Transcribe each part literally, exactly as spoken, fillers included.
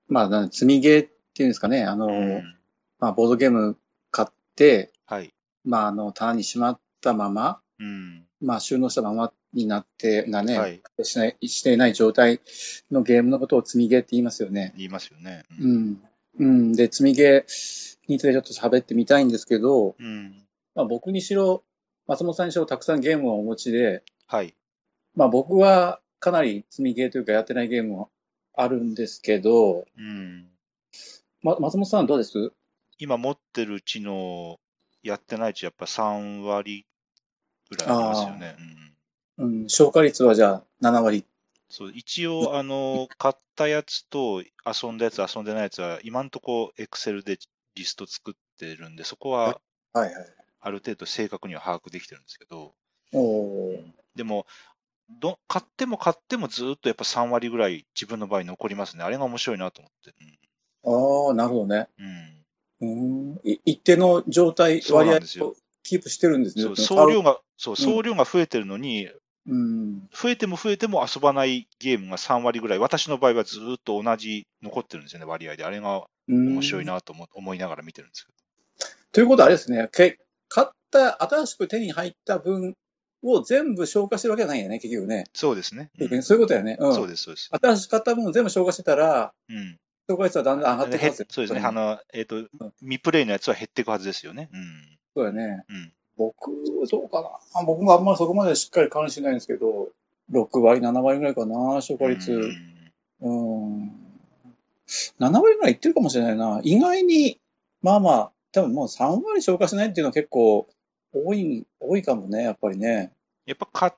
まあ、なん積みゲーっていうんですかね。あの、 うん。 まあ、ボードゲーム買って、 はい。 まあ、あの、棚にしまったまま、 うん。 まあ、収納したままになって、なね、 はい。 しない、していない状態のゲームのことを積みゲーって言いますよね。 言いますよね。 うん。うん。で、積みゲーについてちょっと喋ってみたいんですけど、 うん。うん。 まあ、僕にしろ、松本さんにしろたくさんゲームをお持ちで、 はい。 まあ、僕はかなり積みゲーというかやってないゲームもあるんですけど、 うん。 ま、松本さんどうです？ 今持ってるうちのやってないうちやっぱさん割ぐらいありますよあね。うん。 あ、うん、消化率はじゃあなな割。 そう、一応、あの、買ったやつと遊んだやつ、遊んでないやつは、今んとこ、エクセルでリスト作ってるんで、そこはいは、 はいはい。 ある程度正確には把握できてるんですけど、 おうん、 ー。 でも、ど、買っても買ってもずーっとやっぱさん割ぐらい自分の場合残りますね。あれが面白いなと思って。 ああ、なるほどね。 うん。うん、 うーん。い一定の状態、 そう割合なんですよ。 をキープしてるんですね。 そう、 その買う。 総量が、そう、 うん。 総量が増えてるのに、 うん。 増えても増えても遊ばないゲームがさん割ぐらい、私の場合はずーっと同じ残ってるんですよね、割合で。あれがうー面白いん。 なと思思いながら見てるんですけということはあれですね。け、買った、新しく手に入った分を全部消化してるわけじゃないんやね、結局ね。 ど。そうですね。うん。 結局ねそういうことやね。うん。 そうです、そうです。 新しく買った分を全部消化してたら、 うん。 消化率はだんだん上がっで、へ、 ていくはずです。 そうですね。 本当に。 あの、えっと、 うん。 未プレイのやつは減っていくはずですよね。うん。 そうやね。 うん。 僕、どうかな。あ僕もあんまりそこまでしっかり管理しないんですけど、ろく割、なな割ぐらいかな、消う化率。 ん。 うん。なな割ぐらいいってるかもしれないな。意外に、まあまあ、多分もうさん割消化しないっていうのは結構多い、多いかもね、やっぱりね。 やっぱ買って、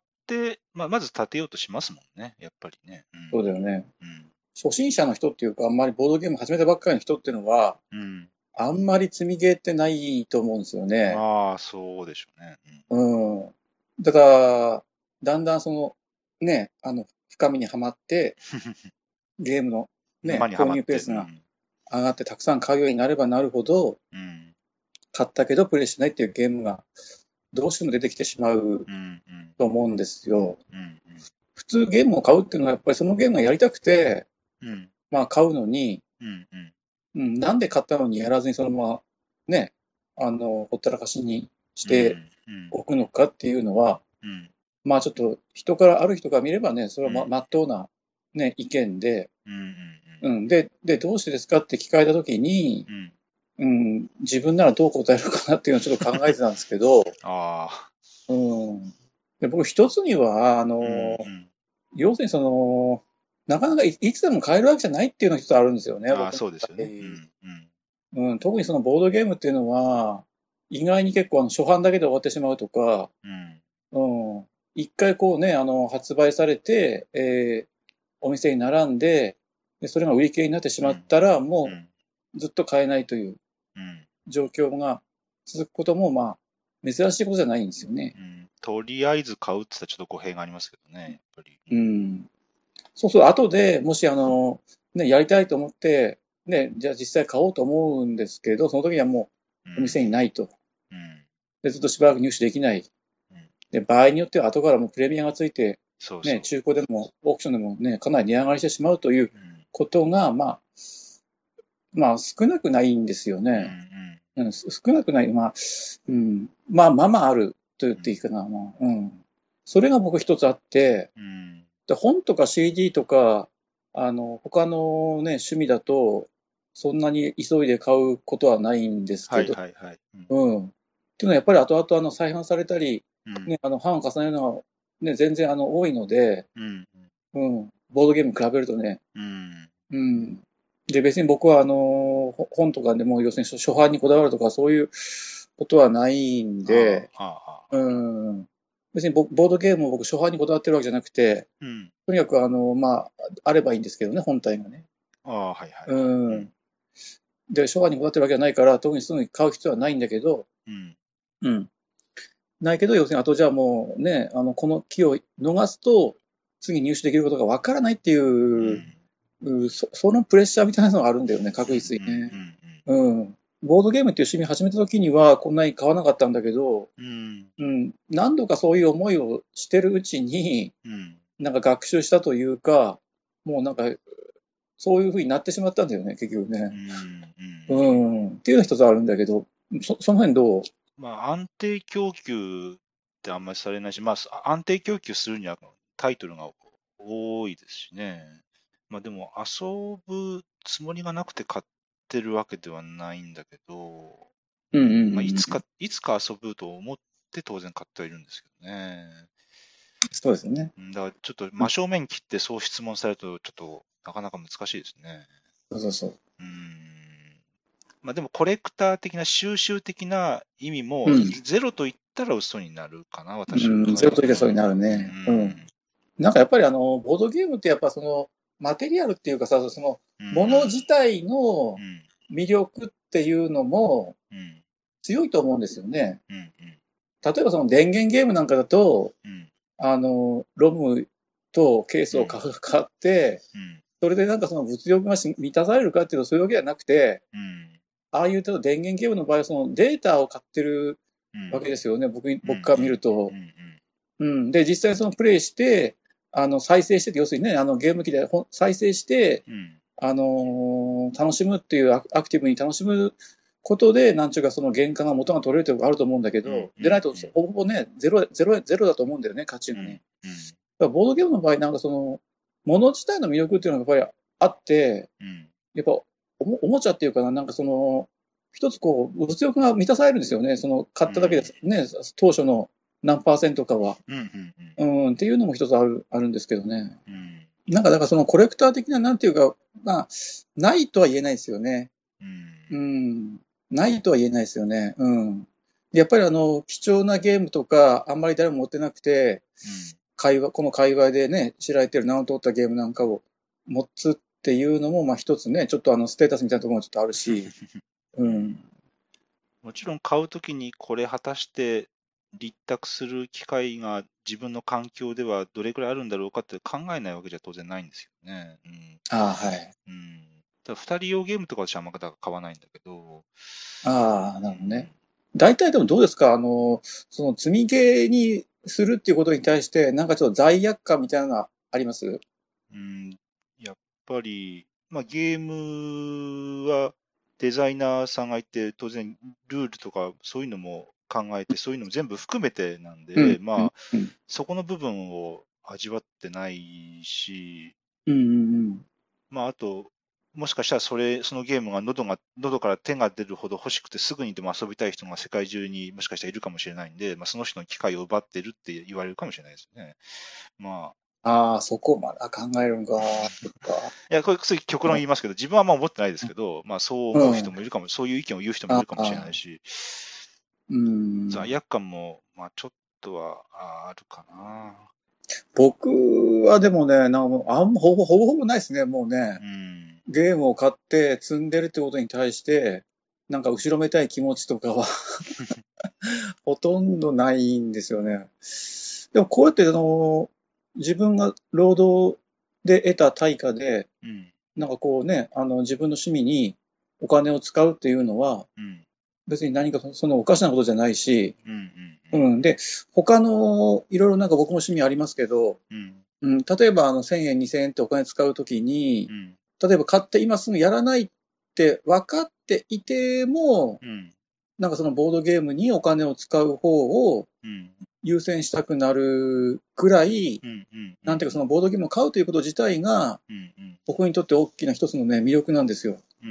まあ、まず立てようとしますもんね。やっぱりね。 そうだよね。 うん。 初心者の人っていうか、あんまりボードゲーム始めたばっかりの人っていうのは、 うん。 あんまり積みゲーってないと思うんですようん。 ね。 ああ、そうでしょうね。 うん。だから、だんだんその、ね、あの、深みにはまって、ゲームのうん。 ね、 沼には購まって。 入ペースがうん。 上がってたくさん買うようになればなるほど、 うん。 買ったけどプレイしないっていうゲームがどうしても出てきてしまううん。うん。 と思うんですよ。 うん。 普通ゲームを買うっていうのはやっぱりそのゲームがやりたくて、 うん。 まあ買うのに、 うん。うん。 うん、なんで買ったのにやらずにそのままね、あの、ほったらかしにしうん。 てうん。 おくのかっていうのは、 うん。 まあちょっと人から、ある人から見ればね、それはま、 うん。 まっとうなね、意見で、 うん。 うん、で、で、どうしてですかって聞かれたときに、 うん。 うん、自分ならどう答えるかなっていうのをちょっと考えてたんですけど、 ああ。 うん。で、僕一つには、あうん。 の、 うん。 要するにその、なかなかい、いつでも買えるわけじゃないっていうのが一つあるんですよね、 ああ、 僕のそうですよね。う場合。 ん。うん。 うん、特にそのボードゲームっていうのは、意外に結構あの初版だけで終わってしまうとか、 うん。 うん、一回こうね、あの、発売されて、えーお店に並んで、で、それが売り切れになってしうん。 まったら、もうん。 うずっと買えないといううん。 状況が続くことも、まあ、珍しいことじゃないんですよね。 うん。とりあえず買うって言ったらちょっと語弊がありますけどね、やっぱり。 うん。そうそう、後でもしあの、ね、やりたいと思って、ね、じゃあ実際買おうと思うんですけど、その時にはもうおうん。 店にないと。 うん。 で、ずっとしばらく入手できない。 うん。 で、場合によっては後からもうプレミアがついて、ね、 そうそう。 中古でもオークションでもね、かなり値上がりしてしまうといううん。 ことが、まあ、まあ少なくないんですようん。うね。 ん。 うん、少なくない。まあ、うん、まあまあまああると言っうん。 ていいかな。まあ、うん。それが僕一つあって、 うん。 で本とか シーディー とか、あの、他のね、趣味だと、そんなに急いで買うことはないんですはいけど、 はいはい。うん。 うん。っていうのはやっぱり後々あの再販されたり、 うん。 ね、あの、版を重ねるのがね、全然あの多いので、 うん。 うん。ボードゲームに比べるとね、 うん。 うん。で、別に僕はあの、ほ本とかでも要するに初初版にこだわるとかそういうことはないんあで、 あ、ああ、ああ。 うん。別にボボードゲームを僕初版にこだわってるわけじゃなくて、 うん。 とにかくあの、まあ、あればいいんですけどね、本体がね。 ああ、はいはいうはい。うん。 ん。で、初版にこだわってるわけじゃないから、特にすぐに買う必要はないんだけど、 うん。 うん。ないけど、要するにあとじゃあもうね、あの、この機を逃すと、次入手できることがわからないっていう、 うん。 うそ、そのプレッシャーみたいなのがあるんだよね、 うん。う確実にね。 ん。 うん。ボードゲームっていう趣味始めた時にはこんなに買わなかったんだけど、 うん。 うん、何度かそういう思いをしてるうちに、 うん。 なんか学習したというか、もうなんかそういう風になってしまったんだよね、結局うね。 ん。 ううん。 ん。っていうのが一つあるんだけど、そ、その辺どう？ まあ、安定供給ってあんまりされないし、まあ、安定供給するにはタイトルが多いですしね。まあでも、遊ぶつもりがなくて買ってるわけではないんだけど、 うんうんうんまあ、いうん。 つか、いつか遊ぶと思って当然買ってはいるんですけどね。 そうですよね。 うんだからちょっとうん真正面切ってそう質問されると、ちょっとなかなか難しいですね。 そうそうそう。 うん。まあでもコレクター的な収集的な意味も、 うん。 ゼロと言ったら嘘になるかな、私のうん、 場合は。 ゼロと入れそうになるうね。うん。 ん。 なんかやっぱりあの、ボードゲームってやっぱその、マテリアルっていうかさ、その、 うん。 もの自体のうん。 魅力っていうのもうん。 強いと思うんですよね。 うん。 例えばその電源ゲームなんかだと、 うん。 あの、ロムとケースを買う買って、 うん。 それでなんかその物欲がし満たされるかっていうとそういうわけじゃなくて、 うん。 ああいうと電源ゲームの場合はそのデータを買ってるうん。 わけですよね。僕、 うん。 僕から見ると。 うん。 うん。で、実際そのプレイして、あの、再生してて、要するにね、あの、ゲーム機でほん再生して、 うん。 あのー楽しむっていうアクアクティブに楽しむことで、なんちゅうかその原価が元が取れるというのがあると思うんだけうん。 ど、でないと、ほぼほぼね、ゼロ、ゼロ、ゼロだと思うんだよね、価値うん。 がね。 うん。 だからボードゲームの場合、なんかその、もの自体の魅力っていうのがやっぱりあって、 うん。 やっぱおも、おもちゃっていうかな、なんかその、一つこう、物欲が満たされるんですよね。その、買っただけでね、当初の何パーセントかは。 うん。 うん、っていうのも一つある、あるんですけどね。 うん。 なんか、だからそのコレクター的な、なんていうか、まあ、ないとは言えないですよね。 うん。 うん。ないとは言えないですよね。うん。やっぱりあの、貴重なゲームとか、あんまり誰も持ってなくて、会話、この界隈でね、知られてる名の通ったゲームなんかを持つっていうのも、まあ一つね、ちょっとあの、ステータスみたいなところもちょっとあるし、ううんん。 もちろん買うときにこれ果たして立託する機会が自分の環境ではどれくらいあるんだろうかって考えないわけじゃ当然ないんですよね。 ああ、はい。 うん。うん。ただ二人用ゲームとかは私はあんまだ買わないんだけど、 ああ、なるほどね。大体でもどうですかあの、その積みゲーにするっていうことに対して、なんかちょっと罪悪感みたいなのはあります？ うん、やっぱり、まあゲームはデザイナーさんがいて、当然ルールとかそういうのも考えて、そういうのも全部含めてなんで、 うん、うん、 まあ、 うん。 そこの部分を味わってないし、 うん、うん、 まあ、あと、もしかしたらそれ、そのゲームが喉が、喉から手が出るほど欲しくてすぐにでも遊びたい人が世界中にもしかしたらいるかもしれないんで、まあ、その人の機会を奪ってるって言われるかもしれないですね。まああ、そこまで考えるんか。そっか。 あ、いや、これ、そういう極論言いますけど、自分はまあ思ってないですけど、まあそう思う人うん。 もいるかも、そういう意見を言う人もいあるかもしれなあ、 いし、 うん。 罪悪感も、まあちょっとはああるかな。 僕はでもね、なんかあんまほぼほぼほぼないですね、もうね。 うん。 ゲームを買って積んでるってことに対して、なんか後ろめたい気持ちとかはほとんどないんですよね。でもこうやってあの、自分が労働で得た対価で、 うん。 なんかこうね、あの自分の趣味にお金を使うっていうのは、 うん。 別に何かそのおかしなことじゃないし、 うん。 ううん。 ん。で、他のいろいろなんか僕も趣味ありますけど、 うん。 うん、例えばあのせんえん、にせんえんってお金使うときに、 うん。 例えば買って今すぐやらないって分かっていても、 うん。 なんかそのボードゲームにお金を使う方をうん。 優先したくなるぐらい、 うん。うん。 なんていうかそのボードゲームを買うということ自体が、 うん。うん。 僕にとって大きな一つのね、魅力なんですよ。 うん。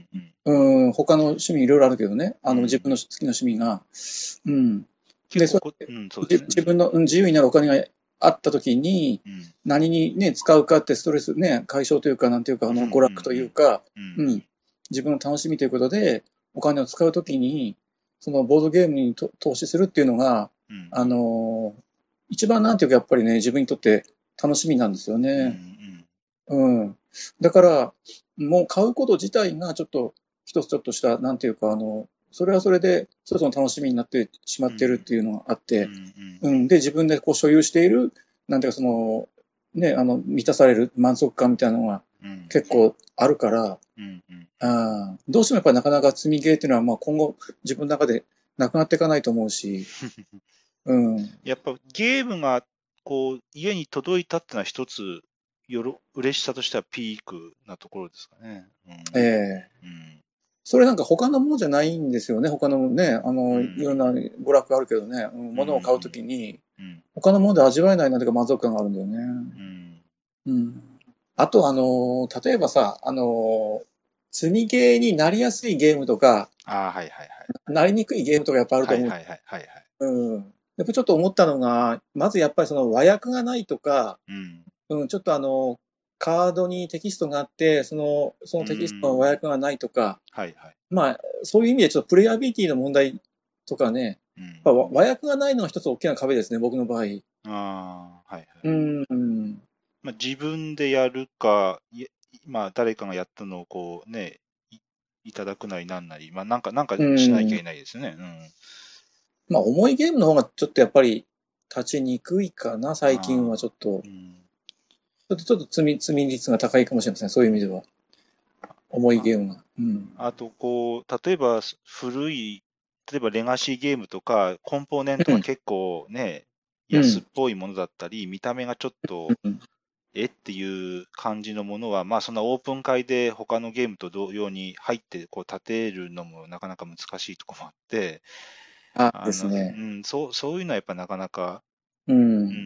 うん。 うん、他の趣味いろいろあるけどね、あのうん自分の好きな趣味が。うん。で、 結構こ、 それうん、そうでですね。 自分のうん自由になるお金があったときに、 うん。 何にね、使うかってストレスね、解消というか、なんていうか、あの、娯楽というか、 うん。 うん、自分の楽しみということで、お金を使うときに、そのボードゲームにと投資するっていうのが、 うん。 あの、一番なんていうか、やっぱりね、自分にとって楽しみなんですようん。うね。 ん。 うん。だから、もう買うこと自体がちょっと、一つちょっとした、なんていうか、あの、それはそれで、一つの楽しみになってしまっているっていうのがあっうて、 ん。 うん。で、自分でこう所有している、なんていうか、その、ね、あの、満たされる満足感みたいなのがうん。 結構あるから、 うん。うん。 あーどうしてもやっぱりなかなか積みゲーっていうのは、まあ今後自分の中でなくなっていかないと思うし、うん。 やっぱゲームがこう家に届いたってのは一つよろ嬉しさとしてはピークなところですかね。うん、 ええうんそれなんか他のものじゃないんですよね。他のね、あの、 うんいろんな娯楽あるけどね、うん、物を買うときに、 うん他のもので味わえないなんていうか満足感があるんだよね。 うんうん。あと、あの、例えばさ、あの、積みゲーになりやすいゲームとか、 ああ、はいはいはい。 なりにくいゲームとかやっぱあると思う。 はいはいはいはいはい。 うん。やっぱちょっと思ったのが、まずやっぱりその和訳がないとか、 うん。 うん、ちょっとあの、カードにテキストがあって、その、そのテキストの和訳がないとか、 はいはい。 まあ、そういう意味でちょっとプレイアビリティの問題とかね、 うんまあ和和訳がないのが一つ大きな壁ですね、僕の場合。 ああ、はいはい。 うん、うんまあ、自分でやるか、いまあ、誰かがやったのをこうね、い、いただくなりなんなり、まあ、なんか、なんかしなきゃいけないですね。うん。 まあ、重いゲームの方がちょっとやっぱり立ちにくいかな、最近はああ、 ちょっと。 うん。 ちょっと、ちょっと積み、積み率が高いかもしれません、そういう意味では。重いあ、 ゲームが。うん。 あと、こう、例えば古い、例えばレガシーゲームとか、コンポーネントうん、 が結構ね、 うん、 安っぽいものだったり、見た目がちょっと、 うん。 えっていう感じのものは、まあそんなオープン会で他のゲームと同様に入ってこう立てるのもなかなか難しいところもあって、 あ、 あの、うですね。 ん、そう、そういうのはやっぱなかなか、 うん。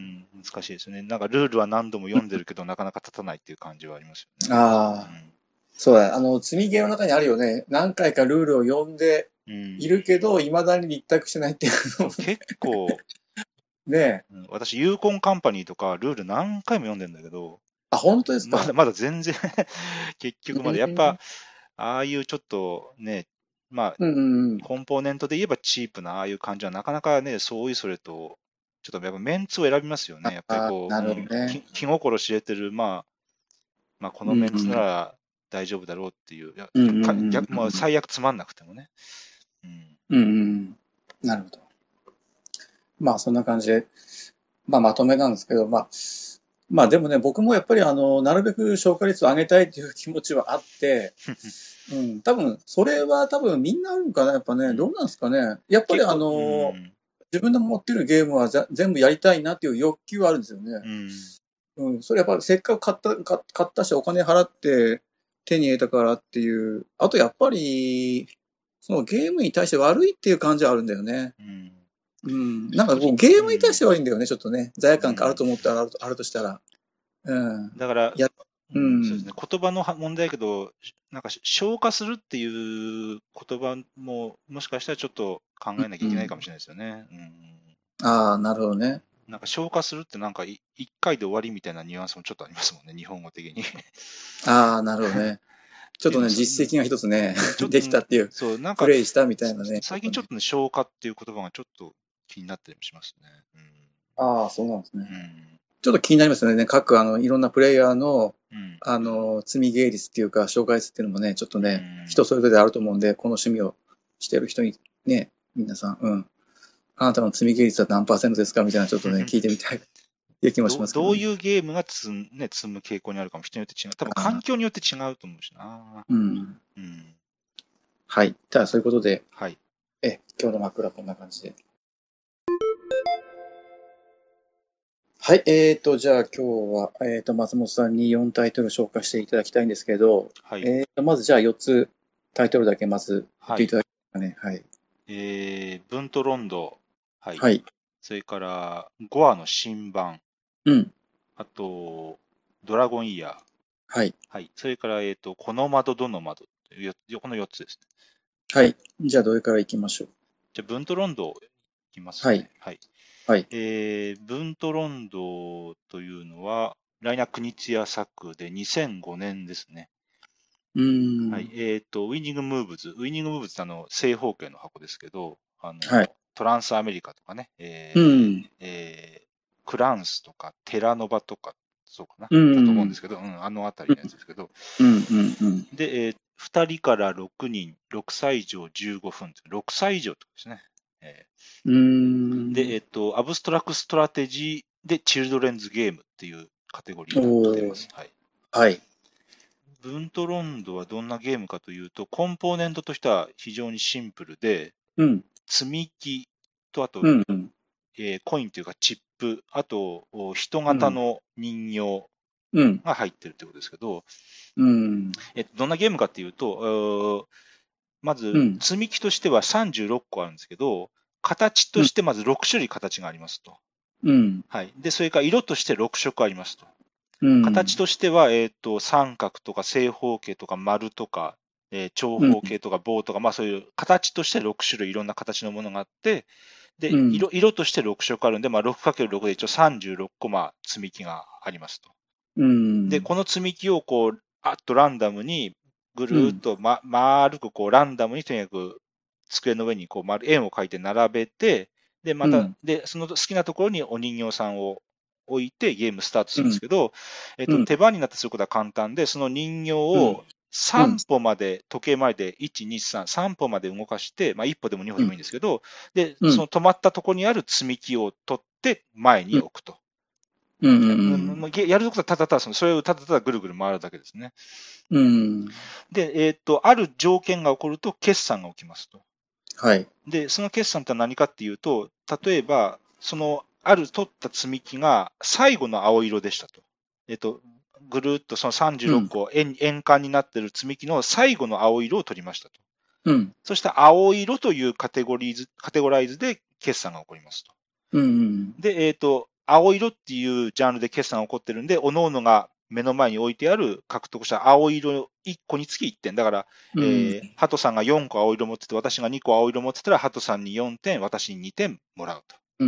うん、難しいですね。なんかルールは何度も読んでるけど、なかなか立たないっていう感じはありますよね。 ああ、そうだ。あの、積みゲーの中にあるよね。何回かルールを読んでうん。うん。 いるけど、未だに立脚しないっていうのそう、結構、 ね。 うん私、ユーコンカンパニーとかルール何回も読んでんだけど、 あ、本当ですか。 まだまだ全然結局まうん、 で、やっぱ、ああいうちょっとね、まあ、 うん、うん。 コンポーネントで言えばチープなああいう感じはなかなかね、そういうそれと、ちょっとやっぱメンツを選びますよね。やっぱりああ、 こう、 なるほうん、 どね。 気気心知れてる、まあ、まあ、こうん、 のメンツなうん、 ら大丈夫だろうっていう、いやうん、うん、 かうん。 逆、もう最悪つまんなくてもね。うん。 うん、うん。なるほど。まあ、そんな感じで、まあ、まとめなんですけど、まあ、まあ、でもね、僕もやっぱり、あの、なるべく消化率を上げたいっていう気持ちはあって、うん、多分、それは多分みんなあるのかな、やっぱね、 うんどうなんですかね。やっぱり、あ結構、うの、 ん、 自分の持ってるゲームはぜ全部やりたいなっていう欲求はあるんですよね。 うん、 うん、それやっぱりせっかく買った、買買ったし、お金払って手に入れたからっていう、あとやっぱり、そのゲームに対して悪いっていう感じはあるんだよね。 うん。 うん。なんか正直、 こうゲームに対しうん、 て悪いんだよね、ちょっとね。罪悪うん。 感があると思ったらあると、あるとしたら。うん。 だから、 や、 うん、そうですうん。 ね。言葉のは問題だけど、なんかし消化するっていう言葉も、もしかしたらちょっと考えなきゃいけないかうん。 もしれないですよね。うん。 ああ、なるほどね。 なんか消化するってなんかい一回で終わりみたいなニュアンスもちょっとありますもんね、日本語的に。っああ、なるほどね。ちょっとね、 ていうのはそ、うん、 実績が一つね、 うんちょっと、 でうんきたっていう、 そう、なんか、 プレイしたみたいすなね、ちょっとね。 最近ちょっとね、消化っていう言葉がちょっと気になったりもしますね。 ああ、そうなんですね。 うん。うん。 ちょっと気になりますよね。各、あの、いろんなプレイヤーの、 うん。 あの、積みゲー率っていうか、紹介率っていうのもね、ちょっとうね、人ん。 それぞれあると思うんで、この趣味をしてる人に、ね、皆さん、うん。あなたの積みゲー率は何パーセントですかみたいな、ちょっとね、聞いてみたい、っていう気もしどどういますけどね。 うゲームが積ん、ね、積む傾向にあるかも人によって違う。多分環あ境によって違うと思うしな。 うん。 うん。 はい。じゃあ、そういうことで、 はい。 え、今日の枕はこんな感じで。はい。えーと、じゃあ今日は、えーと、松本さんによんタイトル紹介していただきたいんですけど、 はい。 えーと、まずじゃあよっつタイトルだけまず言っはい。 ていただけますかね。はい。 えー、ブントロンド。はい。 はい。 それから、ゴアの新版。 うん。 あと、ドラゴンイヤー。 はい。 はい。それから、えっと、この窓、どの窓というよ、このよっつですね。 はい。じゃあ、どれから行きましょう。 じゃあ、ブントロンドいきますはい。 ね。はい。 はい。 えー、ブントロンドというのは、ライナ・クニツィア作でにせんごねんですね。 うーはい。 ん。 えっと、ウィニング・ムーブズ。ウィニング・ムーブズってあの、正方形の箱ですけど、あの、 はい。 トランスアメリカとかね、 うえーん。 えークランスとか、テラノバとか、そうかな、 うだと思うんでん。 すけど、うん、あのあたりのやつですけど、 うん。うん。うん。 で、えー、ふたりからろくにん、ろくさい以上じゅうごふん、ろくさい以上ってことですね。えうーーで、 ん。 えっと、アブストラクトストラテジーでチルドレンズゲームっていうカテゴリーおになっていまー。 す。はい。 はい。 ブントロンドはどんなゲームかというと、コンポーネントとしては非常にシンプルで、 うん。 積み木と、あと、 うん。うん。 えーコインというかチップ、あと、お人うん。 型の人形、 が入ってるってことですけど、 うん。 えっと、どんなゲームかっていうと、まず、積み木としてはさんじゅうろっこあるんですけど、形としてまずろくしゅるい形がありますと。 うん。 はい。で、それから色としてろくしょくありますと。 うん、 形としては、えっと、三角とか正方形とか丸とか、えー長方形とか棒とか、まあそういう形としてろくしゅるいいろんな形のものがあって、で、 うん、 色、色としてろくしょくあるんで、まあ ろくかけるろく で一応さんじゅうろっこ、まあ積み木がありますと。 うん、 で、この積み木をこう、あっとランダムに、ぐるーっと、ま、丸くこう、ランダムにとにかく、机の上にこう、丸、円を描いて並べて、で、また、 うん、 で、その好きなところにお人形さんを置いてゲームスタートするんですけど、 うん、 えっと、手番になってすることは簡単で、その人形をさんぽまで、時計回りでいち、に、さん、さんぽまで動かして、まあいっぽでもにほでもいいんですけど、で、その止まったところにある積み木を取って前に置くと。 うん、 やることはただただその、それをただただぐるぐる回るだけですね。 うん。 で、えっと、ある条件が起こると決算が起きますと。 はい。 で、その決算って何かっていうと、例えば、その、ある取った積み木が最後の青色でしたと。えっと、ぐるっとそのさんじゅうろっこ、円、円環になっている積み木の最後の青色を取りましたと。 うん。 そして青色というカテゴリーズ、カテゴライズで決算が起こりますと。 うん。 で、えっと、青色っていうジャンルで決算が起こってるんで、各々が目の前に置いてある獲得した青色いっこにつきいってん。だから、うん、えー、ハトさんがよんこ青色持ってて、私がにこ青色持ってたら、ハトさんによんてん、私ににてんもらうと。うん。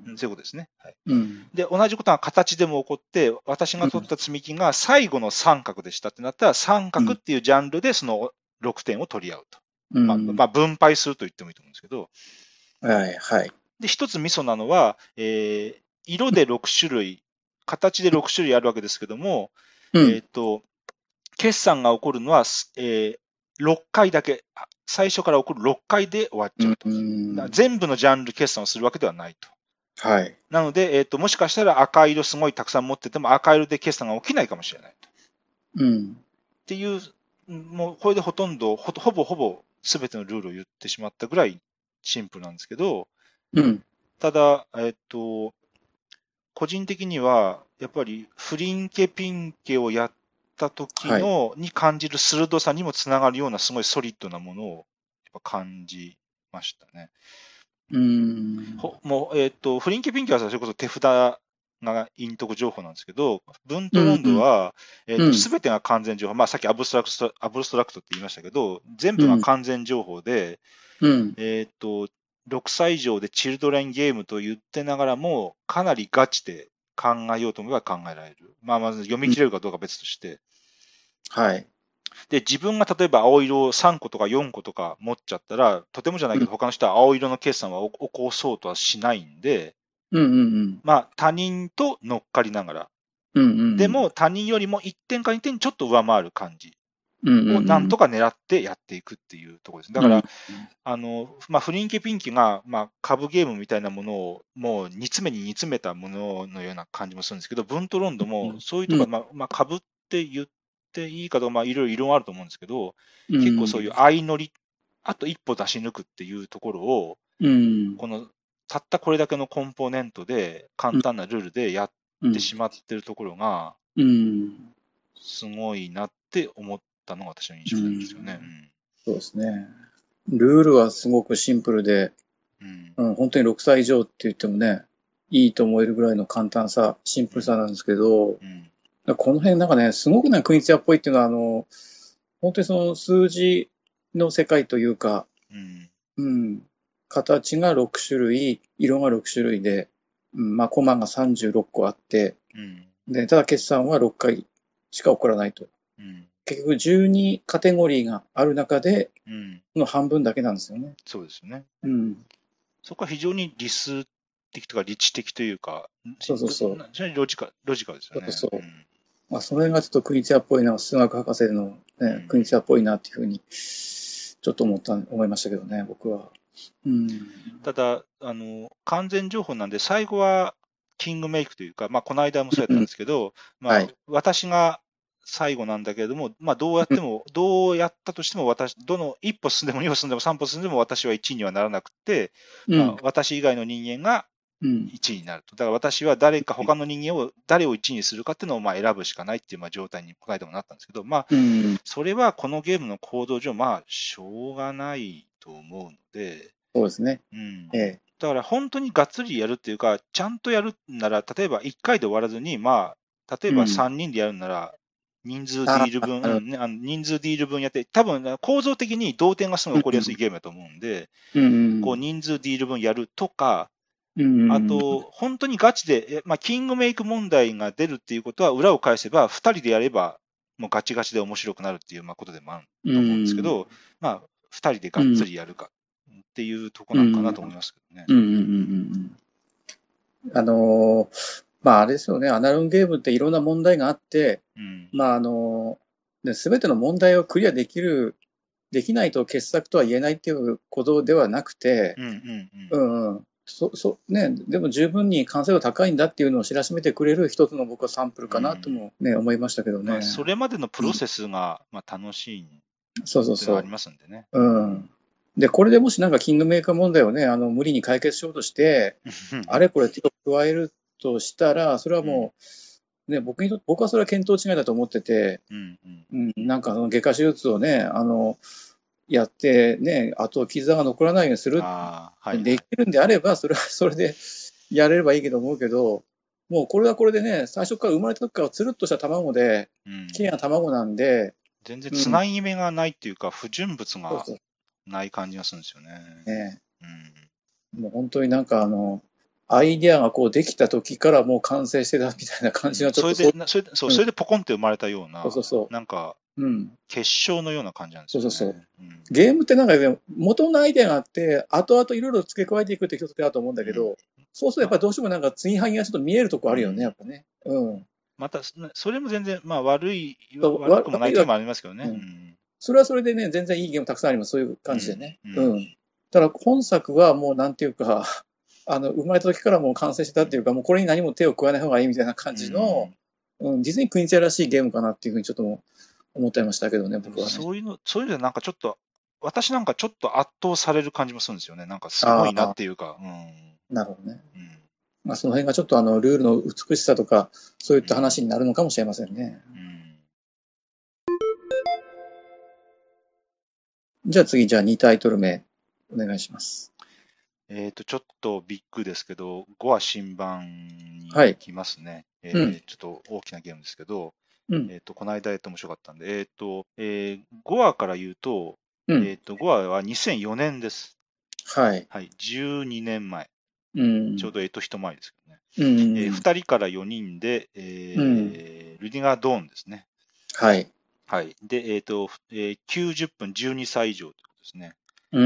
そういうことですね。はい。うん、で、同じことが形でも起こって、私が取った積み木が最後の三角でしたってなったら、三角っていうジャンルでそのろくてんを取り合うと。うん、まあ、まあ、分配すると言ってもいいと思うんですけど。 はい、はい。 で、一つミソなのは、えー、色でろくしゅるい、形でろくしゅるいあるわけですけども、うん、えっと、決算が起こるのは、えー、ろっかいだけ、最初から起こるろっかいで終わっちゃうと。うん、全部のジャンル決算をするわけではないと。 はい。 なので、えっと、もしかしたら赤色すごいたくさん持ってても赤色で決算が起きないかもしれないと。うん。っていう、もうこれでほとんど、ほほぼほぼ全てのルールを言ってしまったぐらいシンプルなんですけど、うん、ただ、えっと、個人的には、やっぱりフリンケピンケをやった時の、はい、に感じる鋭さにもつながるようなすごいソリッドなものをやっぱ感じましたね。うーんもう、えっと、フリンケピンケはそれこそ手札が陰徳情報なんですけど、ブントロンドは、うんうん、えっと、すべてが完全情報、まあさっきアブストラクト、アブストラクトって言いましたけど、全部が完全情報で、うん、えっと、ろくさい以上でチルドレンゲームと言ってながらも、かなりガチで考えようと思えば考えられる。まあ、まず読み切れるかどうか別として。はい。で、自分が例えば青色をさんことかよんことか持っちゃったら、とてもじゃないけど、他の人は青色の決算は起こそうとはしないんで、うんうんうん、まあ、他人と乗っかりながら。うんうんうん、でも、他人よりもいってんかにてんちょっと上回る感じ。をなんとか狙ってやっていくっていうところです。だから、うん、あの、まあ、フリンケピンキが、まあ、株ゲームみたいなものを、もう煮詰めに煮詰めたもののような感じもするんですけど、ブントロンドも、そういうところ、うん、まあ、まあ、株って言っていいかどうか、まあ、いろいろ異論あると思うんですけど、うん、結構そういう相乗り、あと一歩出し抜くっていうところを、うん、この、たったこれだけのコンポーネントで、簡単なルールでやってしまってるところが、うん、すごいなって思ってたのが私の印象なんですよね。うんうん、 そうですね。ルールはすごくシンプルで、うんうん、本当にろくさい以上って言ってもね、いいと思えるぐらいの簡単さ、シンプルさなんですけど、うんうん、この辺なんかね、すごくね、クインツヤっぽいっていうのは、あの、本当にその数字の世界というか、うんうん、形がろくしゅるい、色がろくしゅるいで、うん、まあ、コマがさんじゅうろっこあって、うん、でただ決算はろっかいしか起こらないと。うん結局じゅうにカテゴリーがある中で、うん、の半分だけなんですよね。 そうですね。うん。そこは非常に理数的とか理知的というか、 そうそうそう。 非常にロジカロジカルですよね。 そうそう。うん、まあ、それがちょっとクニツヤっぽいな、数学博士の、ねうん、クニツヤっぽいなっていうふうに、ちょっと思った、思いましたけどね、僕は。 うん、ただ、あの、完全情報なんで、最後はキングメイクというか、まあ、この間もそうやったんですけど、うん、まあ、はい、私が、最後なんだけれども、まあ、どうやっても、どうやったとしても私、どの一歩進んでも二歩進んでも三歩進んでも私はいちいにはならなくて、うんまあ、私以外の人間がうん。 いちいになると。だから私は誰か他の人間を、誰をいちいにするかっていうのをまあ選ぶしかないっていうまあ状態にこの間もなったんですけど、まあ、 うん。 それはこのゲームの構造上、まあ、しょうがないと思うので、 そうですね。 うん。 ええ。 だから本当にがっつりやるっていうか、ちゃんとやるなら、例えばいっかいで終わらずに、まあ、例えばうん。 さんにんでやるなら、人数デあィール分、 あ、なるうんね、あの人数ディール分やって、多分構造的に同点がすぐほど。 起こりやすいゲームだと思うんで、 うんこう人数ディール分やるとか、 うんうん。 あと、本当にガチで、えまあ、キングメイク問題が出るっていうことは、裏を返せば、ふたりでやれば、もうガチガチで面白くなるっていうまあことでもあるうと思うんですけん。 ど、まあ、ふたりでがっつりやるかっていうとこうん。 なんかなと思いますけどね。 うんうんうんうんうん。あのーまああれですよね、アナログゲームっていろんな問題があって、 うん。 まああのー、すべての問題をクリアできる、できないと傑作とは言えないっていうことではなくて、 うんうんううん。 んうん。そ、そ、ね、でも十分に完成度高いんだっていうのを知らしめてくれる一つの僕はサンプルかなともね、思いましたけどまあ、 ね。 それまでのプうん。 ロセスが、まあ、楽しいそうそうっていうのがありそますんでね。 う。うん。で、これでもしなんかキングメーカー問題をね、あの、無理に解決しようとして、あれこれ手を加えるとしたら、それはもう、ね、僕にと、僕はそれは見当違いだと思ってて、 うんうんうん、なんかその外科手術をね、あの、やってね、あと傷が残らないようにする、 ああ、はいはい。 できるんであれば、それはそれでやれればいいけど思うけど、もうこれはこれでね、最初から生まれた時からつるっとした卵で、 うん綺麗な卵なんで、 全然うん、 つなぎ目がないっていうか、不純物がそうそう、 ない感じがするんですよね。 ね、 うん。 もう本当になんかあの、アイデアがこうできた時からもう完成してたみたいな感じうん、 がちょっとそう、 それで、なそれで、そう、 うん、 それでポコンって生まれたような、 そうそうそなんか、 う、うん、 結晶のような感じなんですよね。 そうそうそう。 うんゲームってなんかね、元のアイデアがあって、後々いろいろ付け加えていくって一つだと思うんだけうん。 ど、そうするとやっまぱりどうしてもなんか継ぎはぎがちょっと見えるとこあるよね、やうん。 っぱね。うん。 また、そそれも全然、まあ、悪い、わそうわ悪いが、 悪くもないというのもありますけどね。 うん。 うん。 それはそれでね、全然いいゲームたくさんあります。そういううん。 感じでね。 ううん。ただ本作はもうなんていうか、あの、生まれた時からもう完成してたっていうか、もうこれに何も手を加えない方がいいみたいな感じの、 ん。 うん、実にクイーンチェアらしいゲームかなっていうふうにちょっとも思ってましたけどね、 でも僕はね。 そういうの、そういうのでなんかちょっと、私なんかちょっと圧倒される感じもするんですよね。なんかすごいなっああ、 ていうか、うん。 なるほどね。 うん。 まあ、その辺がちょっとあの、ルールの美しさとか、そういったうん。 話になるのかもしれませんね。 うん。 じゃあ次、じゃあにタイトル目、お願いします。 えっと、ちょっとビッグですけど、ごは新版にはい。 行きますね。えうん。 ーちょっと大きなゲームですけど、 うん。 えっと、この間やって面白かったんで、えっと、えー、ごわから言うと、 うん。 えっと、ごわはにせんよねんです。 はい。 はい、じゅうにねんまえ。 うん。 ちょうどえと一回りですけどね。 うん。 えー、ふたりからよにんで、 うん。 えー、ルディガー・ドーンですね。 はい。 はい。で、えっと、えー、きゅうじゅっぷんじゅうにさい以上ということですね。 うん。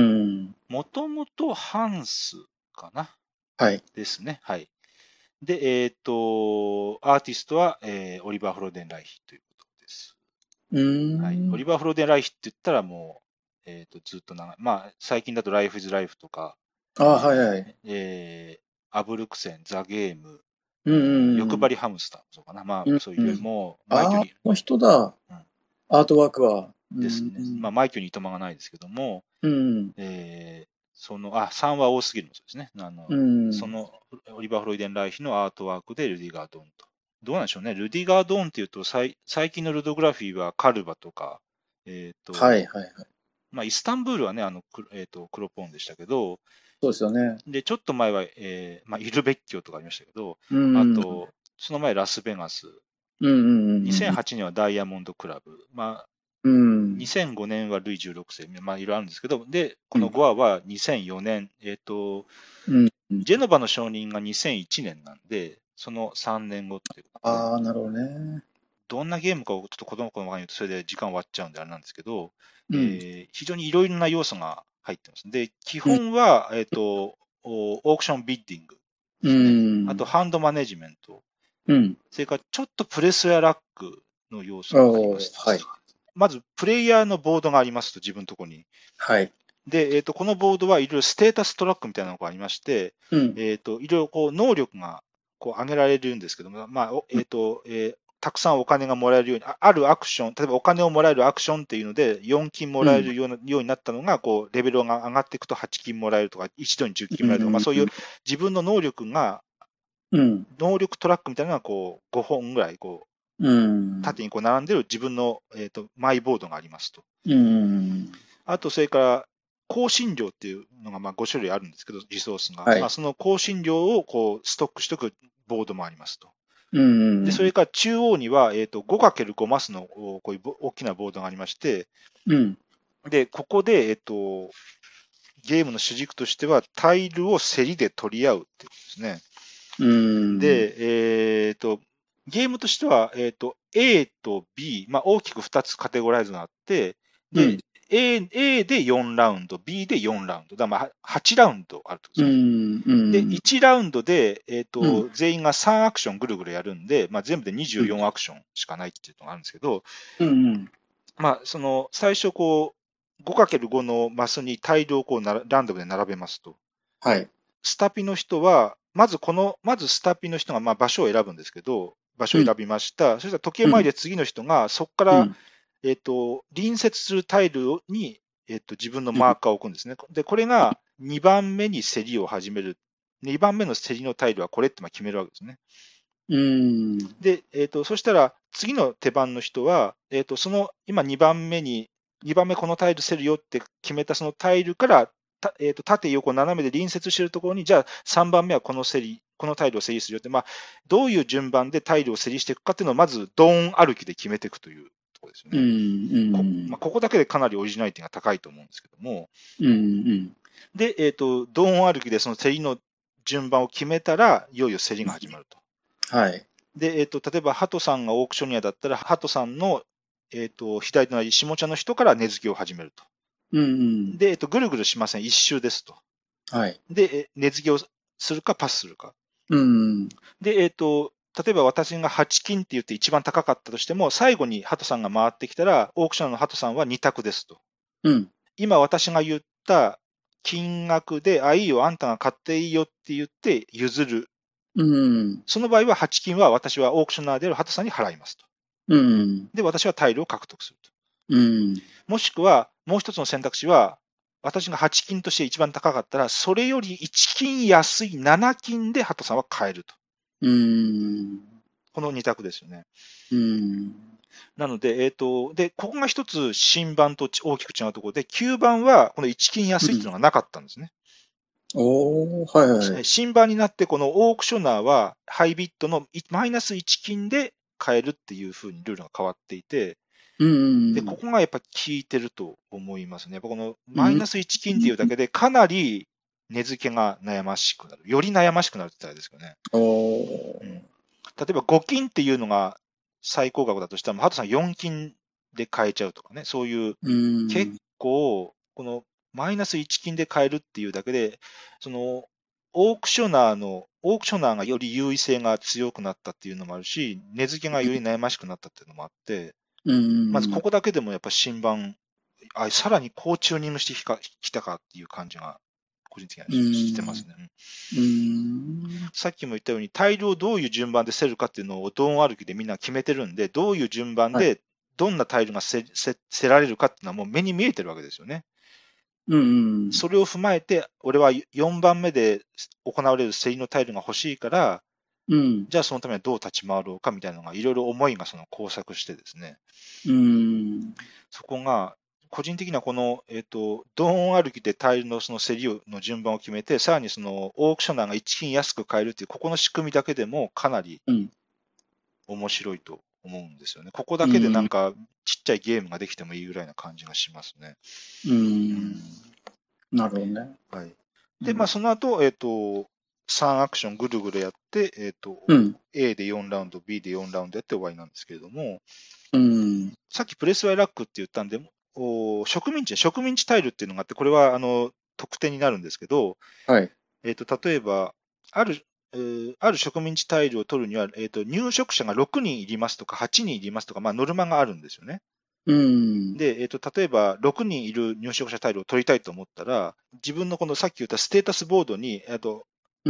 もともとハンスかなはい。 ですね。はい。で、えっと、アーティストは、えーオリバー・フローデン・ライヒということです。 うはい。オん。 リバー・フローデン・ライヒって言ったらもう、えっと、ずっと長い。まあ、最近だと Life is Life とか、 あ、はいはい。 えー、アブルクセン、ザ・ゲーム、 うえー欲張ん。 りハムスターもそうかな。まあ、 うん。 そういう、もう、マイケああ、 ルに、 この人だ。 うんアートワークは。うですね。まあ、 ん。 マイケルにいとまがないですけども、 うん。 えー、その、あ、さんは多すぎるもそうですね。あの、 うん。 その、オリバー・フロイデン・ライヒのアートワークでルディ・ガードンと。どうなんでしょうね。ルディ・ガードンっていうと、最最近のルドグラフィーはカルバとか、えっ、 はいと、 はいはい。 まあ、イスタンブールはね、あの、くえっ、と、クロポーンでしたけど、 そうですよね。 で、ちょっと前は、えーまあ、イルベッキオとかありましたけど、 うん。 あと、その前ラスベガス、 うんうんうんうん。 にせんはちねんはダイヤモンドクラブ、まあ、 うん。 にせんごねんはルイじゅうろくせい、まあ、いろいろあるんですけど、で、このうん。 ゴアはにせんよねん、えっ、と、 うんうん。 ジェノバの承認がにせんいちねんなんで、そのさんねんごっていうことで、 ああ、なるほどね。 どんなゲームかをちょっと子供の頃に言うと、それで時間終わっちゃうんであれなんですけど、 うん。 えー非常にいろいろな要素が入ってます。で、基うん。 本は、えっ、と、おオークションビッディングでうすね。あん。 と、ハンドマネジメント。 うん。 それから、ちょっとプレスやラックの要素がありまおー、 す。 はい。 まず、プレイヤーのボードがありますと、自分のところに。 はい。 で、えっ、と、このボードはいろいろステータストラックみたいなのがありまして、 うん。 えっ、と、いろいろこう能力がこう上げられるんですけども、まあ、おえっ、と、えーたくさんお金がもらえるように、ああるアクション、例えばお金をもらえるアクションっていうので、よん金もらえるような、ようになったのが、こう、レベルが上がっていくとはち金もらえるとか、一度にじゅっ金もらえるとか、まあそういう自分の能力が、 うん。 能力トラックみたいなのが、こう、ごほんぐらい、こう、 うん。 縦にこう並んでる自分の、えっと、マイボードがありますと。 うん。 あと、それから、香辛料っていうのがまあご種類あるんですけど、リソースが。 はいまあ、その香辛料をこうストックしておくボードもありますと。 うん。 で、それから中央には、えっと、ごかけるご マスのこういうぼ大きなボードがありまして、 うん。 で、ここで、えっと、ゲームの主軸としては、タイルを競りで取り合うっていうことですね。 うん。 で、えっと、ゲームとしては、えっと、A と B、まあ、大きくふたつカテゴライズがあって、で、 うん A, A でよんラウンド、B でよんラウンド。だからまあはちラウンドあるってことうですね。 ん。うん。 で、いちラウンドで、えっと、 うん全員がさんアクションぐるぐるやるんで、まあ、全部でにじゅうよんアクションしかないっていうのがあるんですけど、 うん。 まあ、その、最初こう、ごかけるご のマスにタイルをこうならランダムで並べますと。 はい。 スタピの人は、まずこの、まずスタピの人がまあ場所を選ぶんですけど、場所を選びました。そしたら時計回りで次の人が、そこから、 うん。 えっと、隣接するタイルに、えっと、自分のマーカーを置くんですね。で、これがにばんめに競りを始める。にばんめの競りのタイルはこれってまあ決めるわけですね。 うん。 で、えっと、そしたら次の手番の人は、えっと、その今にばんめに、にばんめこのタイル競るよって決めたそのタイルから、たえっと、縦横斜めで隣接しているところに、じゃあさんばんめはこの競り、このタイルを競りするよって、まあ、どういう順番でタイルを競りしていくかっていうのをまずドーン歩きで決めていくというところですようね。 ん。 こまあ、ここだけでかなりオリジナリティが高いと思うんですけども、 うん。 で、えっと、ドーン歩きでその競りの順番を決めたら、いよいよ競りが始まると。 はい。 で、えっと、例えば、ハトさんがオークショニアだったら、ハトさんの、えっと、左隣、下茶の人から値付けを始めると。 うん。 で、えっと、ぐるぐるしません。一周ですと。 はい。 で、え値付けをするか、パスするか。 うん。 で、えっと、例えば私がはち金って言って一番高かったとしても、最後にハトさんが回ってきたら、オークションのハトさんはに択ですと。 うん。 今私が言った金額で、あ、いいよ、あんたが買っていいよって言って譲る。 うん。 その場合ははち金は私はオークショナーであるハトさんに払いますと。 うん。 で、私はタイルを獲得すると。 うん。 もしくは、もう一つの選択肢は、私がはち金として一番高かったら、それよりいち金安いなな金でハトさんは買えると。 うん。 このに択ですよね。 うん。 なので、えっと、で、ここが一つ新版と大きく違うところで、きゅうばんはこのいち金安いっていうのがなかったんですね。 おー、はいはい。 新版になって、このオークショナーはハイビットのマイナスいち金で買えるっていうふうにルールが変わっていて、 うん。 で、ここがやっぱ効いてると思いますね。やっぱこのマイナスいち金っていうだけでかなり値付けが悩ましくなる。より悩ましくなるって言ったらですよね。 おー。 うん、例えばご金っていうのが最高額だとしたら、ハトさんよん金で買えちゃうとかね。そういう、 うん。 結構、このマイナスいち金で買えるっていうだけで、その、オークショナーの、オークショナーがより優位性が強くなったっていうのもあるし、値付けがより悩ましくなったっていうのもあって、 うん。 まずここだけでもやっぱ新版、あさらに高チューニングしてきかきたかっていう感じが、個人的にはしてますね。 うん。 さっきも言ったように、タイルをどういう順番で競るかっていうのをドーン歩きでみんな決めてるんで、どういう順番でどんなタイルがせせ競られるかっていうのはもう目に見えてるわけですよね。 うん。 それを踏まえて、俺はよんばんめで行われる競りのタイルが欲しいから、 うん。 じゃあそのためにどう立ち回ろうかみたいなのがいろいろ思いがその交錯してですね。 うん。 そこが、個人的にはこの、えっと、ドーン歩きでタイルのその競りの順番を決めて、さらにそのオークショナーがいち金安く買えるっていう、ここの仕組みだけでもかなり面白いと思うんですよね。ここだけでなんかちっちゃいゲームができてもいいぐらいな感じがしますね。 うん。うん、なるほどね。 はい。で、まあその後、えっと、さんアクションぐるぐるやって、えっと、 うん、 A でよんラウンド、B でよんラウンドやって終わりなんですけれども、 うん、 さっきプレスワイラックって言ったんで、お植民地、植民地タイルっていうのがあって、これはあの得点になるんですけど、 はい。 えっと、例えば、ある、えーある植民地タイルを取るには、えっと、入植者がろくにんいりますとか、はちにんいりますとか、まあ、ノルマがあるんですよね。 うん、 で、えっと、例えば、ろくにんいる入植者タイルを取りたいと思ったら、自分のこのさっき言ったステータスボードに、えっと、 うん、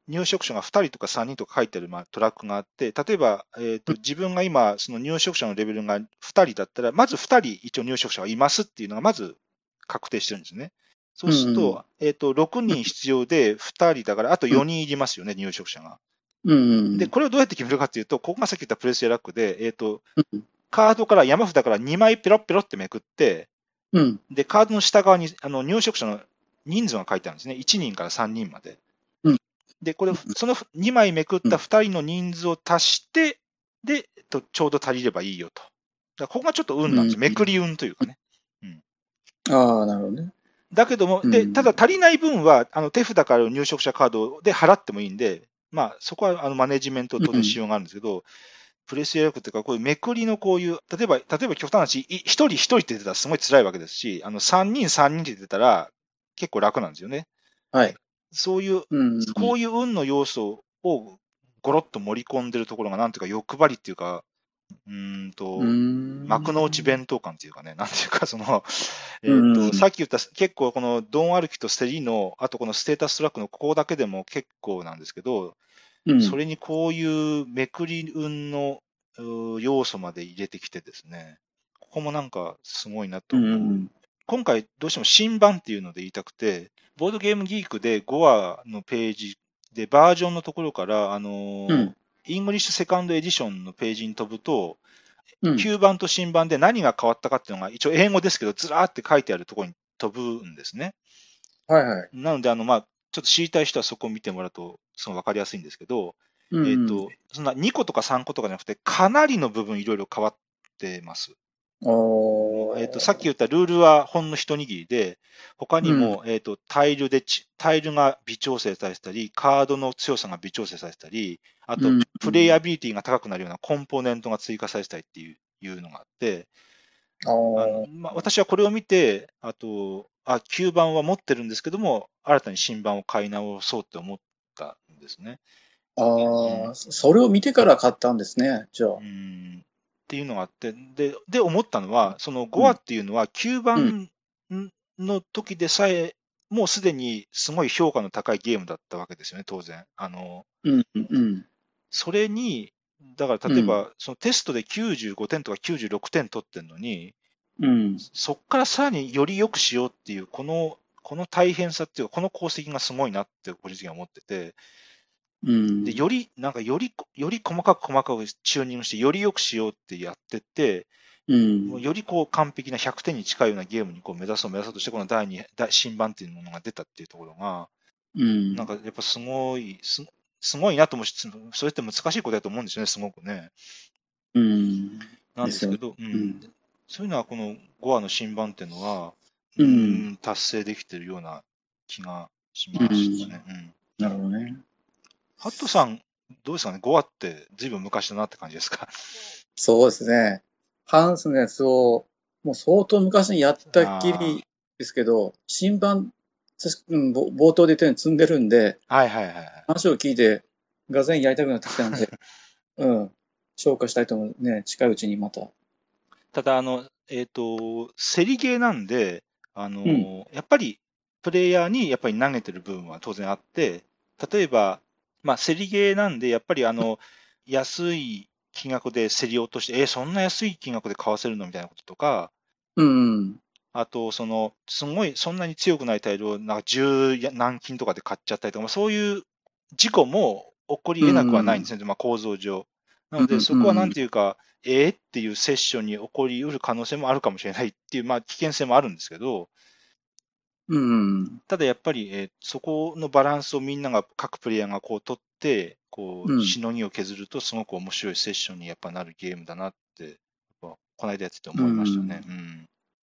入植者がふたりとかさんにんとか書いてある、まあ、トラックがあって、例えば、えーと、自分が今、その入植者のレベルがふたりだったら、まずふたり一応入植者がいますっていうのがまず確定してるんですね。そうすると、うん、えーと、ろくにん必要でふたりだから、あとよにんいりますよね、入植者が。 うん、 で、これをどうやって決めるかっていうと、ここがさっき言ったプレスやラックで、えーと、カードから山札からにまいペロッペロってめくって、 うん、 で、カードの下側にあの入植者の人数が書いてあるんですね。いちにんからさんにんまで。 うん、 で、これ、そのにまいめくったふたりの人数を足して、で、ちょうど足りればいいよと。だからここがちょっと運なんですよ。めくり運というかね。うん、 ああ、なるほどね。 だけども、で、ただ足りない分は、あの手札から入植者カードで払ってもいいんで、まあ、そこはあのマネジメント当然しようがあるんですけど、うん、プレスや力っていうか、こういうめくりのこういう、例えば、例えば極端な話、一人一人って言ってたらすごい辛いわけですし、あの三人三人って言ってたら結構楽なんですよね。 はい。 そういう、うん、こういう運の要素をゴロッと盛り込んでるところが、なんていうか欲張りっていうか、うんと、幕の内弁当感っていうかね、なんていうか、その、えっと、さっき言った結構このドン歩きとセリの、あとこのステータストラックのここだけでも結構なんですけど、うん、それにこういうめくり運の要素まで入れてきてですね、ここもなんかすごいなと思う。うん、今回どうしても新版っていうので言いたくて、ボードゲームギークでごわのページでバージョンのところから、あのー、うん、イングリッシュセカンドエディションのページに飛ぶと、うん、旧版と新版で何が変わったかっていうのが一応英語ですけど、ずらーって書いてあるところに飛ぶんですね。 はいはい。 なので、あの、まあ、ちょっと知りたい人はそこを見てもらうと、すごいわかりやすいんですけど、うん、えっ、ー、と、そんなにことかさんことかじゃなくて、かなりの部分いろいろ変わってます。 おえっ、ー、と、さっき言ったルールはほんの一握りで、他にも、うん、えっ、ー、と、タイルでち、タイルが微調整されてたり、カードの強さが微調整されてたり、あと、うん、プレイアビリティが高くなるようなコンポーネントが追加されてたりっていういうのがあって、あのまあ、私はこれを見て、あと、あ、旧版は持ってるんですけども、新たに新版を買い直そうって思ったんですね。 ああ、うん、それを見てから買ったんですね、じゃあ。 うんっていうのがあって、で、で思ったのは、そのごわっていうのは、旧版の時でさえ、もうすでにすごい評価の高いゲームだったわけですよね、当然。あの、 うんうん、 それに、だから例えば、そのテストできゅうじゅうごてんとかきゅうじゅうろくてん取ってるのに、うん、そこからさらにより良くしようっていう、この、この大変さっていうか、この功績がすごいなって個人的には思ってて、うん、でより、なんかより、より細かく細かくチューニングして、より良くしようってやってって、うん、よりこう完璧なひゃくてんに近いようなゲームにこう目指そう目指そうとして、この第二新版っていうものが出たっていうところが、うん、なんかやっぱすごい、すすごいなと思うし、それって難しいことだと思うんですよね、すごくね。うん、なんですけど、うん、そういうのはこのごわの新版っていうのは、うん、うん達成できてるような気がしましたね。うん、 なるほどね。 ハットさん、どうですかね、ごわってずいぶん昔だなって感じですか？ そうですね。ハンスのやつを、もう相当昔にやったっきりですけど、新版、うん、冒頭で言ったように積んでるんで、 はいはいはい、 話を聞いて、がぜんやりたくなってきたんで、うん、消化したいと思うね、近いうちにまた。 ただ、あの、えっ、ー、と、競りゲーなんで、あの、うん、やっぱり、プレイヤーにやっぱり投げてる部分は当然あって、例えば、まあ、競りゲーなんで、やっぱりあの、安い金額で競り落として、えー、そんな安い金額で買わせるのみたいなこととか、 うん。 あと、その、すごい、そんなに強くないタイルを、なんか十何金とかで買っちゃったりとか、まあ、そういう事故も起こり得なくはないんですね、うん、まあ、構造上。なので、そこはなんていうか、うん、えー、っていうセッションに起こり得る可能性もあるかもしれないっていう、まあ、危険性もあるんですけど、 うん、 ただやっぱり、えー、そこのバランスをみんなが、各プレイヤーがこう取って、こう、しのぎを削ると、すごく面白いセッションにやっぱなるゲームだなって、この間やってて思いましたね。うん、うん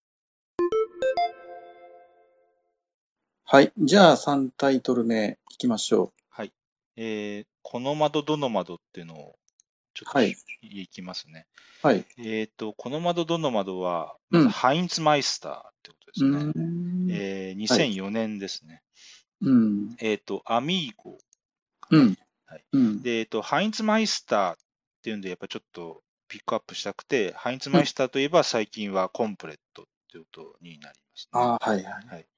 はい。じゃあさんタイトル目いきましょう。 はい。えー、この窓どの窓っていうのをちょっと、はい、いきますね。 はい。 えっ、ー、と、この窓どの窓は、まずハインツマイスターってことですね。うん、えー、にせんよねんですね。はい、えっ、ー、と、アミーゴ、ね。うんはい、で、えっ、ー、と、ハインツマイスターっていうんで、やっぱちょっとピックアップしたくて、ハインツマイスターといえば最近はコンプレットっていうことになりますね。 あはいはい。はい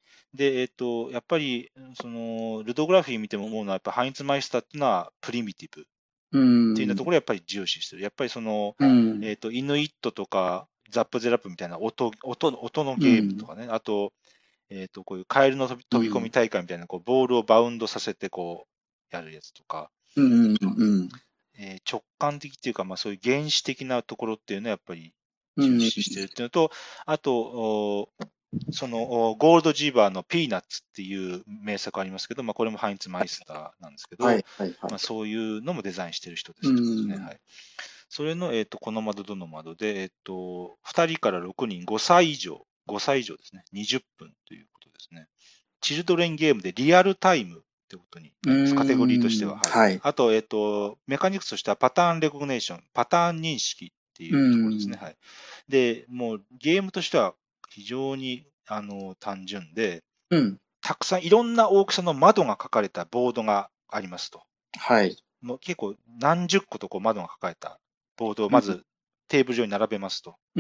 で、えっと、やっぱり、その、ルドグラフィー見ても思うのは、やっぱハインツマイスターっていうのはプリミティブってういうようなとん。 ころをやっぱり重視してる。やっぱりその、 うん。 えっと、イヌイットとか、ザップゼラップみたいな音、音、音のうゲームとん。 かね、あと、えっと、こういうカエルの飛び飛び込みうん。 大会みたいな、こう、ボールをバウンドさせて、こう、やるやつとか、 うん。うん。 えー直感的っていうか、まあそういう原始的なところっていうのはやっぱり重うん。 視してるっていうのと、あと、おそのおゴールドジーバーのピーナッツっていう名作ありますけど、まあこれもハインツマイスターなんですけど、 はい。はい。はい。 まあそういうのもデザインしてる人でうすってことですね。 ん。 はい。それの、えっと、この窓どの窓で、えっと、ふたりからろくにん、ごさい以上、ごさい以上ですね。にじゅっぷんということですね。チルドレンゲームでリアルタイムってことになります。カテゴリーとしては。 うん。 はい。 はい。 あと、えっと、メカニクスとしてはパターンレコグネーション、パターン認識ってういうところですね。 ん。 はい。で、もうゲームとしては非常にあの単純で、 うん。 たくさんいろんな大きさの窓が書かれたボードがありますと。 はい。 もう結構何十個とこう窓が書かれたボードをうん。 まずテーブル上に並べますと。 うん。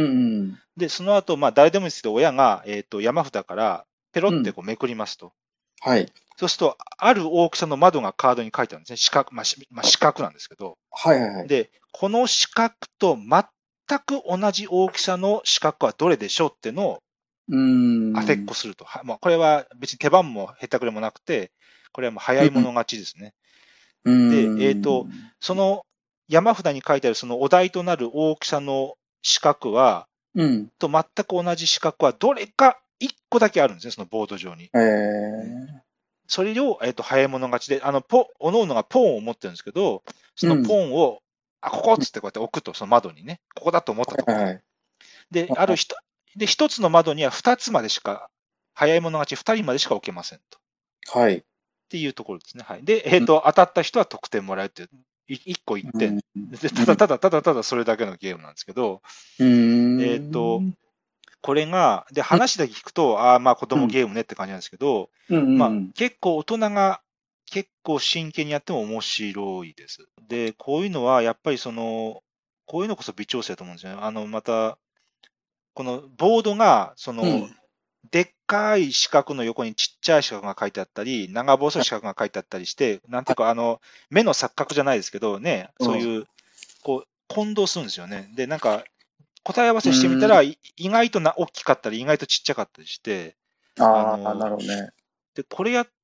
で、その後、まあ誰でもいいですけど、親が、えっと、山札からペロうん。 ってこうめくりますと。 はい。 そうすると、ある大きさの窓がカードに書いてあるんですね。四角、まあ、しまあ、四角なんですけど。 はい。はい。はい。 で、この四角と全く同じ大きさの四角はどれでしょうってのをう当てっん。 こすると。はまあ、これは別に手番もへったくれもなくて、これはもう早い者勝ちですね。 うで、えっと、 ん。 その山札に書いてあるそのお題となる大きさの四角は、 うん。 と全く同じ四角はどれか一個だけあるんですね、そのボード上に。 えうんえ。 それを、えっと、早い者勝ちで、あの、ポ、おのおのがポンを持ってるんですけど、そのうん。 ポンを、あ、ここっつってこうやって置くと、その窓にね、ここだと思ったところに。 はい。 で、ある人、で、一つの窓には二つまでしか、早い者勝ち二人までしか置けませんと。っはい。 ていうところですね。はい。で、えっと、当たった人は得点もらえるっていう、い一個一点。 うん。 で、ただただただただそれだけのゲームなんですけど、 うえっと、 ん。 これが、で、話だけ聞くと、ああ、まあ子うん。 供ゲームねって感じなんですけど、 うん。うまあん。 結構大人が結構真剣にやっても面白いです。で、こういうのはやっぱりその、こういうのこそ微調整だと思うんですよね。あの、また、このボードが、その、 うん。 でっかい四角の横にちっちゃい四角が書いてあったり、長細い四角が書いてあったりして、なんていうか、あの、目の錯覚じゃないですけどね、そういう、こう、混同するんですよね。で、なんか、答え合わせしてみたうん。 ら、い意外とな大きかったり、意外とちっちゃかったりして、あああ、なの、 るほどね。 で、これやって、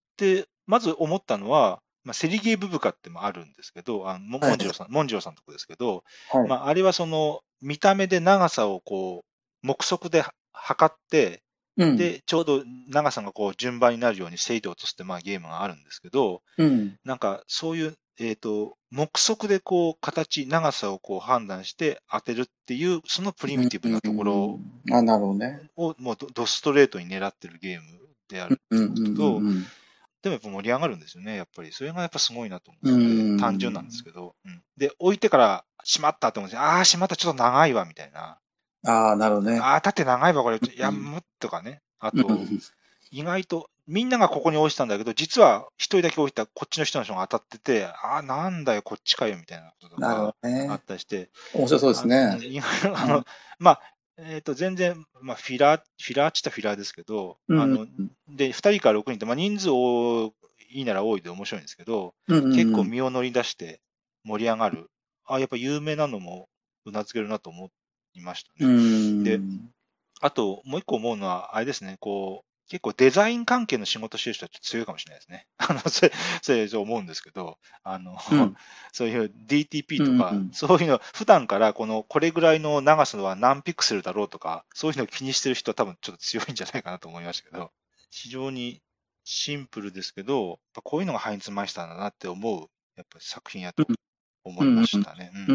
まず思ったのは、まあ、セリゲーブブカってもあるんですけど、あの、もはい。 モンジローさん、モンジローさんのとこですけど、 はい。 まあ、あれはその、見た目で長さをこう、目測では測って、 うん。 で、ちょうど長さがこう、順番になるように精度を落とすって、まあ、ゲームがあるんですけど、 うん。 なんか、そういう、えっと、目測でこう、形、長さをこう判断して当てるっていう、そのプリうん。 ミティブなところあ、なるほどね。 を、もうドドストレートに狙ってるゲームであるうん。 っていうことと、 うん。 でもやっぱ盛り上がるんですよね、やっぱり。それがやっぱすごいなと思うん。 って、 う単純なんですん。 けど。うん、で、置いてからしまったと思うんですよ。ああ、しまった、ちょっと長いわ、みたいな。 ああ、なるほどね。 ああ、だって長いわ、これ、 うん。 やむとかね。あうと、 ん。 意外と、みんながここに置いてたんだけど、実は一人だけ置いたこっちの人の人が当たってて、ああ、なんだよ、こっちかよ、みたいなこととなるほかどね。 あったりして、 面白そうですあうんね。 意外あの、 うん。 まあ、えっと、全然、まあ、フィラー、フィラーっちったフィラーですけど、 うん。 あの、で、ふたりからろくにんって、まあ、人数多いなら多いで面白いんですけど、 うん。 結構うん。 身を乗り出して盛り上がる。あ、やっぱ有名なのもうなずけるなと思いましたうね。で、 ん。 あと、もう一個思うのは、あれですね、こう、結構デザイン関係の仕事してる人はちょっと強いかもしれないですね。あの、それ、それ思うんですけど、あの、 うん。 そういう ディーティーピーうん。うとか、 ん。 そういうの、普段からこの、これぐらいの長さは何ピクセルだろうとか、そういうのを気にしてる人は多分ちょっと強いんじゃないかなと思いましたけど、非常にシンプルですけど、やっぱこういうのがハインツマイスターだなって思う、やっぱり作品やと思いまうん。 したね。うんうん。 うん。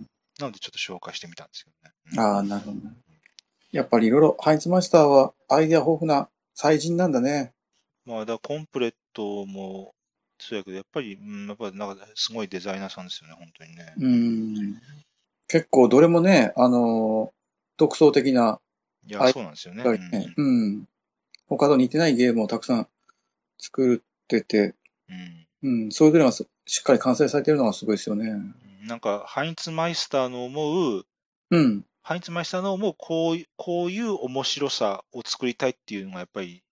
なのでちょっと紹介してみたんですけどね。 ああ、なるほどね。やっぱりいろいろ、ハインツマイスターはアイデア豊富な才人なんだね。 まあ、だからコンプレットもそうやけど、やっぱり、うん、やっぱりなんかすごいデザイナーさんですよね、本当にね。 うん。結構どれもね、あのー独創的ないや、 アイそうなんですよね。 デアがね、 うん、 うん。他と似てないゲームをたくさん作ってて、 うん。 うん。そういうのがすしっかり完成されてるのがすごいですよね。 うんなんか、ハインツマイスターの思う、 うん。 ハインツマイスターの思う、こういう、こういう面白さを作りたいっていうのが、やっぱり、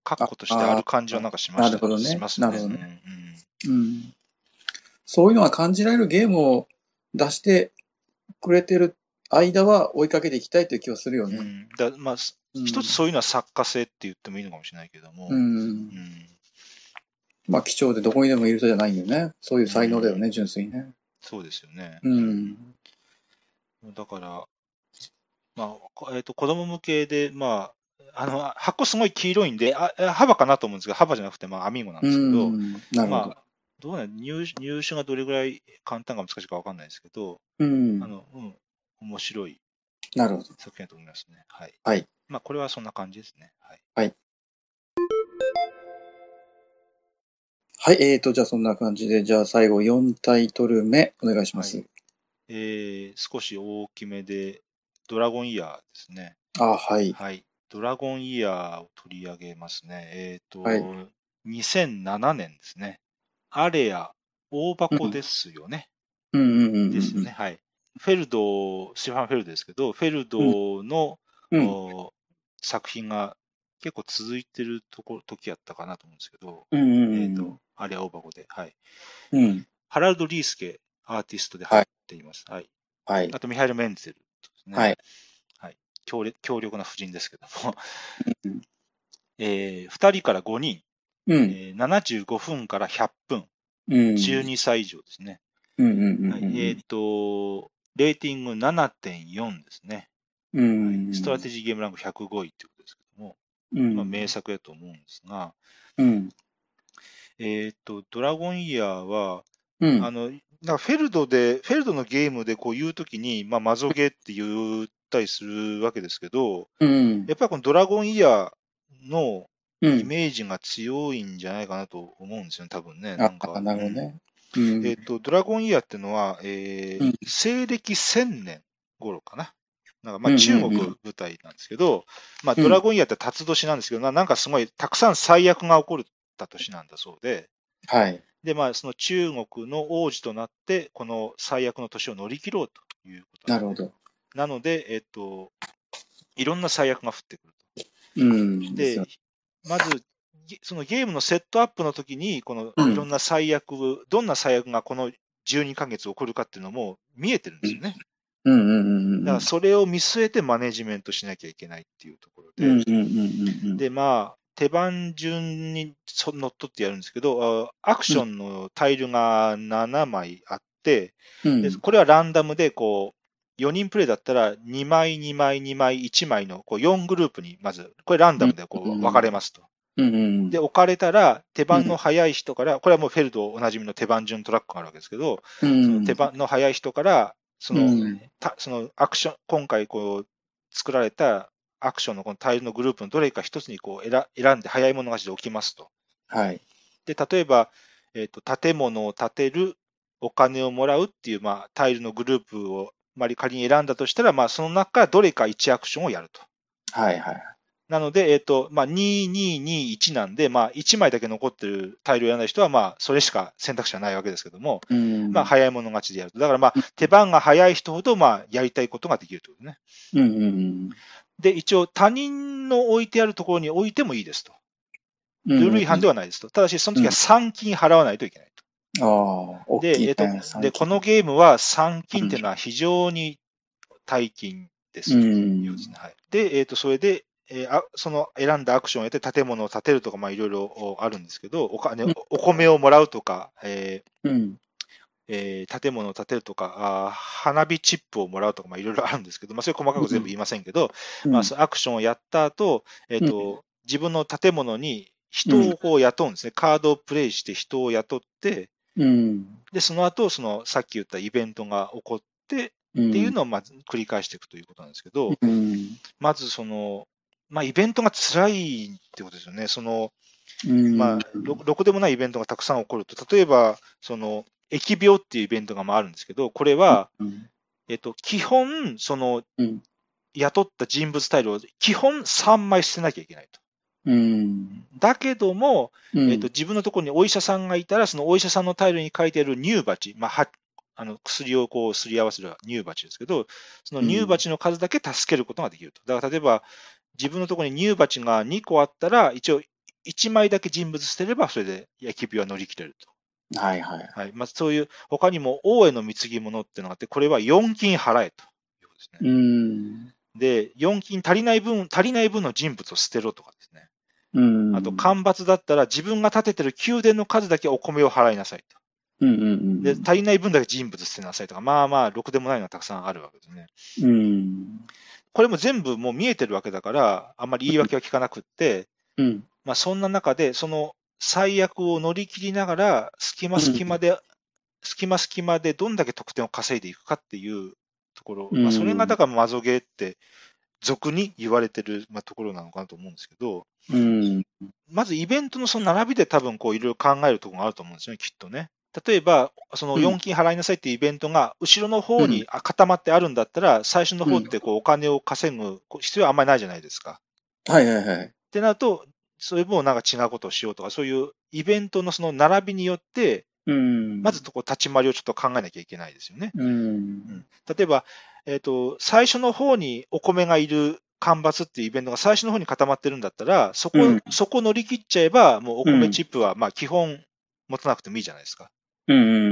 確固としてある感じはなんかしました、 なるほどね。 しますね。なるほどね、 うんうんうん。そういうのが感じられるゲームを出してくれてる間は追いかけていきたいという気はするよね。 うん、だまあ、うん、一つそういうのは作家性って言ってもいいのかもしれないけども。 うん。うん、まあ貴重でどこにでもいる人じゃないんだよね。そういう才能だよね、うん、純粋にね。 そうですよね。 うん。 だから、まあ、えっと、子供向けで、まあ、あの、箱すごい黄色いんで、あ、幅かなと思うんですけど、幅じゃなくて、まあ、アミーゴなんですけど、 なるほど。 まあ、どうね、入、入手がどれぐらい簡単か難しいかわかんないですけど、 うん。 あの、うん、面白いなるほど。 作品だと思いますね。はい。 はい。 まあ、これはそんな感じですね。はい。 はい。はい、えーと、じゃあそんな感じで、じゃあ最後よんタイトル目、お願いします。はい、 えー、少し大きめで、ドラゴンイヤーですね。 あ、はい。 はい。ドラゴンイヤーを取り上げますね。えっ、ー、と、はい、にせんななねんですね。アレア、大箱ですよね。 うんうんうんうん、 ですよね。はい。フェルド、ステファン・フェルドですけど、フェルドの、うん、作品が結構続いてるとこ時やったかなと思うんですけど、 うんうんうん、 えっ、ー、と、アレア大箱で、はい。 うん、 ハラルド・リースケ、アーティストで入っています。はい。 はい。 あと、ミハイル・メンゼルですね。はい。はい。強烈、強力な夫人ですけども、うんえー、ふたりからごにん、うんえー、ななじゅうごふんからひゃっぷん、うん、じゅうにさい以上ですね。うんうんうんうんはい、えっ、ー、と、レーティング ななてんよん ですね、うんはい。ストラテジーゲームランクひゃくごいということですけども、うんまあ、名作やと思うんですが、うん、えっ、ー、と、ドラゴンイヤーは、うん、あの、なんかフェルドで、フェルドのゲームでこう言うときに、まあ、マゾゲって言ったりするわけですけど、うん、やっぱりこのドラゴンイヤーのイメージが強いんじゃないかなと思うんですよね、多分ね。なんか。 なるほどね。 うん、えっ、ー、と、ドラゴンイヤーっていうのは、えーうん、西暦せんねん頃かな。なんかまあ中国舞台なんですけど、うんうんうん、まあドラゴンイヤーって辰年なんですけど、なんかすごいたくさん災厄が起こった年なんだそうで、はい。で、まあその中国の王子となって、この災厄の年を乗り切ろうということなんです、ね。なるほど。なので、えっ、ー、と、いろんな災厄が降ってくると。うん、で、まず、そのゲームのセットアップの時に、このいろんな災厄、うん、どんな災厄がこのじゅうにかげつ起こるかっていうのも見えてるんですよね。うんうんうんうん、だからそれを見据えてマネジメントしなきゃいけないっていうところで、うんうんうんうん、で、まあ、手番順にのっとってやるんですけど、アクションのタイルがななまいあって、うん、でこれはランダムでこう、よにんプレイだったらにまい、にまい、にまい、いちまいのこうよんグループにまず、これランダムでこう分かれますと。うんうん、で、置かれたら手番の早い人から、これはもうフェルドおなじみの手番順トラックがあるわけですけど、うん、その手番の早い人から、その、うん、そのアクション、今回こう作られたアクションのこのタイルのグループのどれか一つにこう選選んで早い者勝ちで置きますと。はい。で、例えば、えっと、建物を建てる、お金をもらうっていう、まあ、タイルのグループを、まり仮に選んだとしたら、まあ、その中からどれかいちアクションをやると。はいはい。なので、えっと、まあ、に、に、に、いちなんで、まあ、いちまいだけ残ってるタイルをやらない人は、まあ、それしか選択肢はないわけですけども、うん、まあ、早い者勝ちでやると。だから、まあ、手番が早い人ほど、まあ、やりたいことができるということね。うんうんうん、で、一応、他人の置いてあるところに置いてもいいですと。ルール違反ではないですと。ただし、その時はさんきん払わないといけないと。ああ、で、えっと、で、このゲームはさんきんっていうのは非常に大金ですよ、うん、はい。で、えっと、それで、えー、あその選んだアクションをやって建物を建てるとか、まあいろいろあるんですけど、お金、うん、お米をもらうとか、えーうんえー、建物を建てるとか、あ花火チップをもらうとか、まあいろいろあるんですけど、まあそれ細かく全部言いませんけど、うん、まあアクションをやった後、えっと、うん、自分の建物に人をこう雇うんですね。カードをプレイして人を雇って、うん、で、その後、そのさっき言ったイベントが起こって、っていうのをまず繰り返していくということなんですけど、うん、まずその、まあ、イベントが辛いってことですよね。その、うん、まあろ、ろくでもないイベントがたくさん起こると、例えば、その、疫病っていうイベントがまああるんですけど、これは、うん、えっと、基本、その、うん、雇った人物タイルを基本さんまい捨てなきゃいけないと。うん、だけども、うん、えっと、自分のところにお医者さんがいたら、そのお医者さんのタイルに書いてある乳鉢、まあ、はあの薬をこうすり合わせる乳鉢ですけど、その乳鉢の数だけ助けることができると。だから例えば、自分のところに乳鉢がにこあったら、一応いちまいだけ人物捨てれば、それで疫病は乗り切れると。 はいはい。 はい。まあ、そういう、他にも王への貢ぎ物っていうのがあって、これはよん金払えということですね。 うん。 で、よん金足りない分、足りない分の人物を捨てろとかですね。 うん。 あと、干ばつだったら自分が建ててる宮殿の数だけお米を払いなさいと。 うんうんうん。 で、足りない分だけ人物捨てなさいとか、まあまあ、ろくでもないのがたくさんあるわけですね。 うん。 これも全部もう見えてるわけだから、あんまり言い訳は聞かなくって、 うん。 まあそんな中で、その最悪を乗り切りながら、隙間隙間で、隙間隙間でどんだけ得点を稼いでいくかっていうところ、 うん、 まあそれがだからマゾゲーって俗に言われてる、まあ、ところなのかなと思うんですけど、 うん、 まずイベントのその並びで多分こういろいろ考えるところがあると思うんですよね、きっとね。例えば、そのよん金払いなさいっていうイベントが後ろの方に固まってあるんだったら、最初の方ってこうお金を稼ぐ必要はあんまりないじゃないですか。 はいはいはい。 ってなると、それもなんか違うことをしようとか、そういうイベントのその並びによって、 うん、 まずこう立ち回りをちょっと考えなきゃいけないですよね。 うん、 うん、例えば、えっと、最初の方にお米がいる干ばつっていうイベントが最初の方に固まってるんだったら、そこ、うん、そこ乗り切っちゃえば、もうお米チップはまあ基本持たなくてもいいじゃないですか。うん、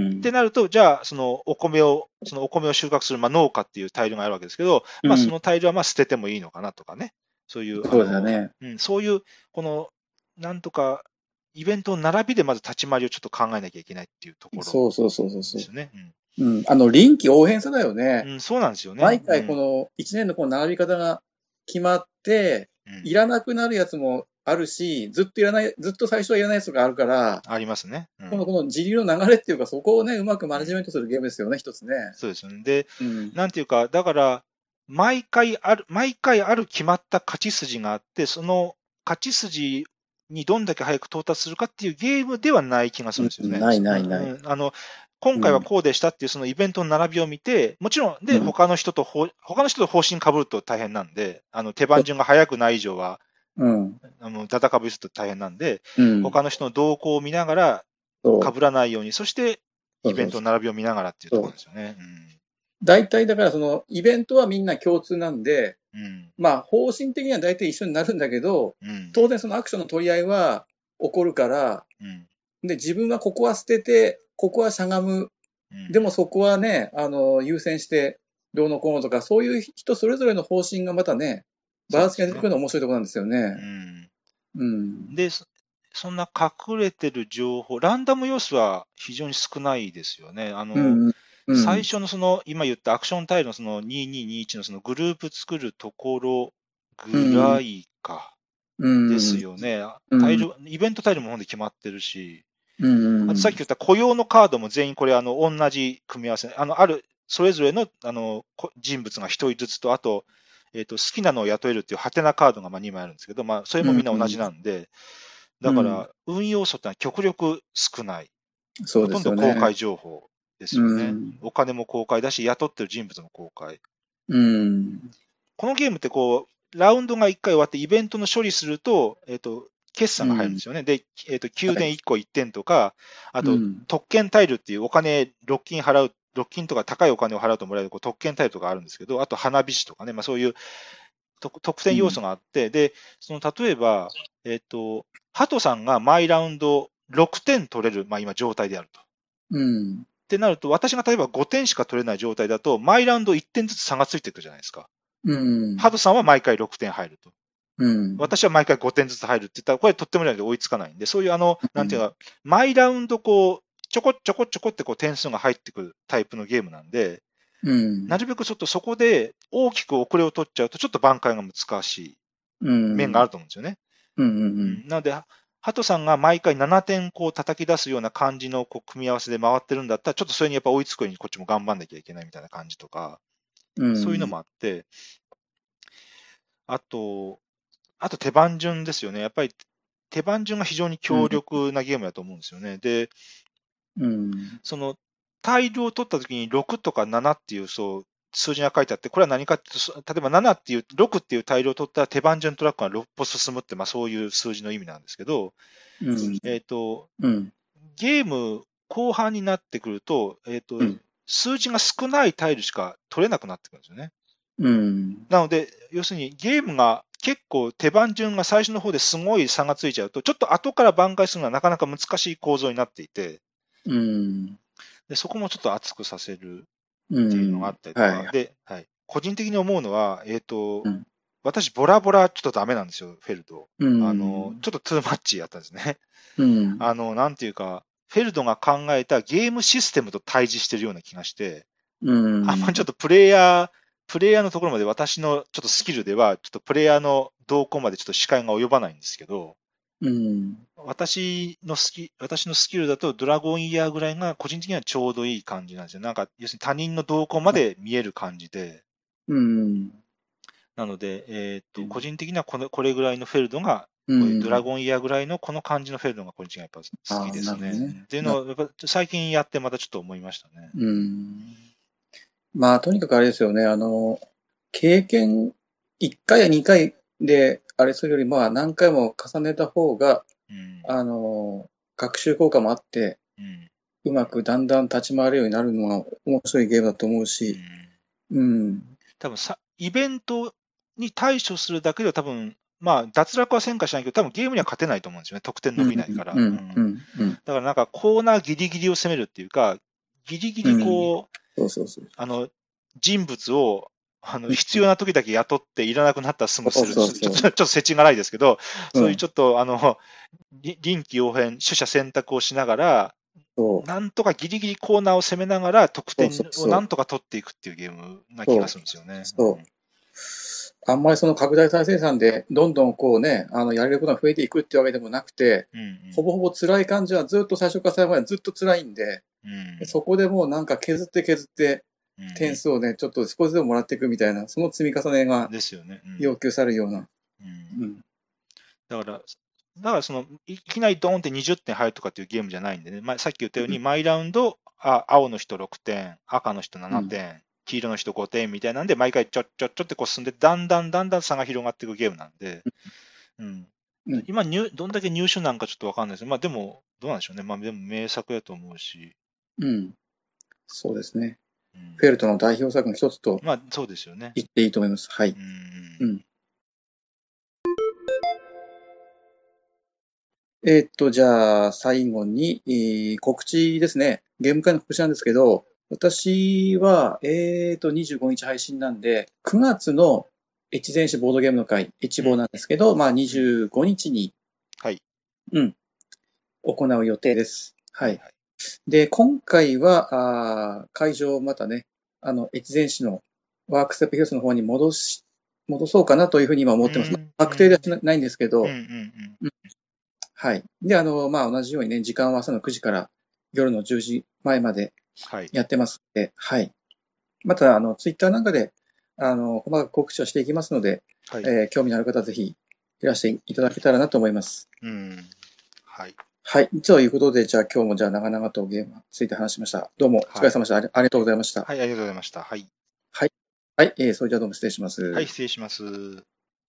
ってなると、じゃあ、そのお米を、そのお米を収穫する、まあ、農家っていうタイルがあるわけですけど、うん、まあそのタイルはまあ捨ててもいいのかなとかね。そういう、 そうですね。 うん、そういう、この、なんとか、イベントの並びでまず立ち回りをちょっと考えなきゃいけないっていうところ、ね。 そうそうそうそうそう。 ですよね。 うん。うん、あの、臨機応変さだよね。 うん、そうなんですよね。 毎回このいちねんのこの並び方が決まって、うん、いらなくなるやつもあるし、ずっといらない、ずっと最初はいらないやつがあるから。 ありますね。 うん、この、この時流の流れっていうか、そこをね、うまくマネジメントするゲームですよね、一つね。 そうですよね。で、うん、なんていうか、だから、毎回ある、毎回ある決まった勝ち筋があって、その勝ち筋にどんだけ早く到達するかっていうゲームではない気がするんですよね。 うん、ないないない。 うん、あの今回はこうでしたっていうそのイベントの並びを見て、もちろん、で、他の人と、うん、他の人と方針被ると大変なんで、あの手番順が早くない以上は、うん、あのダダかぶりすると大変なんで、うん、他の人の動向を見ながら、被らないように、そしてイベントの並びを見ながらっていうところですよね。 大体だからそのイベントはみんな共通なんで、うん、まあ方針的には大体一緒になるんだけど、うん、当然そのアクションの取り合いは起こるから、うん、で自分はここは捨てて、ここはしゃがむ、うん、でもそこはね、あの優先してどうのこうのとか、そういう人それぞれの方針がまたね、バランスが出てくるのが面白いところなんですよね。 うんうん、で、そんな隠れてる情報、ランダム要素は非常に少ないですよね。あの、うんうん、最初のその、今言ったアクションタイルのそのにせんにひゃくにじゅういちのそのグループ作るところぐらいか、ですよね、うん。タイル、イベントタイルもほんで決まってるし、うん、あとさっき言った雇用のカードも全員これあの、同じ組み合わせ、あの、ある、それぞれのあの人物が一人ずつと、あと、えっと、好きなのを雇えるっていうハテナカードがまあにまいあるんですけど、まあ、それもみんな同じなんで、だから、運要素ってのは極力少ない。そうですよね。ほとんど公開情報ですよね。うん、お金も公開だし、雇ってる人物も公開。うん、このゲームってこう、ラウンドがいっかい終わってイベントの処理すると、えっと、決算が入るんですよね。うん、で、えっと、宮殿いっこいってんとか、はい、あと、うん、特権タイルっていうお金、ろっ金払う、ろっ金とか高いお金を払うともらえるこう特権タイルとかあるんですけど、あと花火師とかね、まあそういう特典要素があって、うん、で、その例えば、えっと、ハトさんが毎ラウンドろくてん取れる、まあ、今状態であると。うん、ってなると、私が例えばごてんしか取れない状態だと、毎ラウンドいってんずつ差がついていくじゃないですか。うん、ハトさんは毎回ろくてん入ると。うん、私は毎回ごてんずつ入るって言ったら、これとってもじゃなくて追いつかないんで、そういうあの、なんていうか、毎ラウンドこう、ちょこちょこちょこってこう点数が入ってくるタイプのゲームなんで、うん、なるべくちょっとそこで大きく遅れを取っちゃうと、ちょっと挽回が難しい面があると思うんですよね。うんうんうん、なので、ハトさんが毎回ななてんこう叩き出すような感じのこう組み合わせで回ってるんだったら、ちょっとそれにやっぱ追いつくようにこっちも頑張んなきゃいけないみたいな感じとか、うん、そういうのもあって、あと、あと手番順ですよね。やっぱり手番順が非常に強力なゲームだと思うんですよね。で、うん、そのタイルを取ったときにろくとかななっていうそう数字が書いてあって、これは何かっていうと、例えばななっていう、ろくっていうタイルを取ったら手番順トラックがろっぽ進むって、まあそういう数字の意味なんですけど、うん、えっ、ー、と、うん、ゲーム後半になってくると、えっ、ー、と、うん、数字が少ないタイルしか取れなくなってくるんですよね。うん、なので、要するにゲームが結構手番順が最初の方ですごい差がついちゃうと、ちょっと後から挽回するのはなかなか難しい構造になっていて、 うん。 でそこもちょっと熱くさせるうっていうのがあん。 ったりとか、 はい。 で、はい、個人的に思うのは、えっ、と、 うん。 私、ボラボラちょっとダメなんですよ、フェルド。 うあの、 ん。 ちょっとトゥーマッチやったんですね。 うん。 あの、なんていうか、フェルドが考えたゲームシステムと対峙してるような気がして、 うん。 あんまりちょっとプレイヤー、プレイヤーのところまで私のちょっとスキルでは、ちょっとプレイヤーの動向までちょっと視界が及ばないんですけど、 うん。 私のスキ、私のスキルだとドラゴンイヤーぐらいが個人的にはちょうどいい感じなんですよ。なんか、要するに他人の動向まで見える感じで、 うん。 なので、えーっと、個人的にはこの、これぐらいのフェルドが、 うこういうドラん。 ゴンイヤーぐらいのこの感じのフェルドが個人的にはやっぱ好ああ、 きですね。 なるほどね。 っていうな、 のを、やっぱ最近やってまたちょっと思いましたね。 うん。まあ、とにかくあれですよね。あの、経験いっかいやにかいで、あれするより、まあ、何回も重ねた方が、 うん。 あの、学習効果もあって、 うん。 うまくだんだん立ち回るようになるのが面白いゲームだと思うし、 うん、 うん。 多分さ、イベントに対処するだけでは多分、まあ、脱落はせんかしないけど、多分ゲームには勝てないと思うんですよね。得点伸びないから。 うん、 ううんん、うん、うん。 だからなんかコーナーギリギリを攻めるっていうか、ギリギリうんこう、 そうそうそう。 あの、人物を、あの、 うん必要な時だけ雇っていらなくなったら済むする。 そうそうそう。 ちょっと、ちょっと世知がないですけど、そういううん。 ちょっと、あの、り臨機応変、取捨選択をしながら、 そう。 なんとかギリギリコーナーを攻めながら得そうそう点をそう。 なんとか取っていくっていうゲームな気そう。 がするんですよね。 そう。あんまりその拡大再生産で、どんどんこうね、あの、やれることが増えていくってわけでもなくて、 うん。うんうんほぼほぼ辛い感じはずっと最初から最後までずっと辛いんで、 うんそこでもうなんか削って削って点数をね、ちょっと少しでももらっていくみたいな、その積み重ねがですよね。うん要求されるような。 うんうん。 だから、だからその、いきなりドーンってにじゅってん入るとかっていうゲームじゃないんでね、まあ、さっき言ったように、毎ラウンド、あ青の人ろくてん、赤の人ななてん、 うん黄色の人ごてんみたいなんで、毎回ちょっちょっちょってこう進んで、だんだんだんだん差が広がっていくゲームなんで、うんうん今入、どんだけ入手なんかちょっとわかんないですけど、まあでも、どうなんでしょうね。まあでも名作やと思うし、 うん。そうですね。 うんフェルトの代表作の一つとまあそうですよね。 言っていいと思います。はい。 うんうん。えーっと、じゃあ、最後に、えー告知ですね。ゲーム会の告知なんですけど、私は、えーっと、にじゅうごにち配信なんで、くがつの越前市ボードゲームの会、越房なんですけど、まあ、にじゅうごにちに、 はい。 うん、行う予定です。ははいい。で、今回は、あー会場をまたね、あの、越前市のワークステップヒルズの方に戻し、戻そうかなというふうに今思ってます。 うん確定ではしないんですけど、 うんうんうん。 はい。で、あの、まあ、同じようにね、時間は朝のくじから夜のじゅうじまえまではい。 やってますので、はい。また、あの、ツイッターなんかで、あの、細かく告知をしていきますので、 はい。 えー興味のある方はぜひいらしていただけたらなと思います。 うん。はい。 はい。ということで、じゃあ今日もじゃあ長々とゲームについて話しました。どうもお疲れ様でした。ありありがとうございました。 はい、ありがとうございました。はい。 はい。はい。えーそれじゃあどうも失礼します。 はい、失礼します。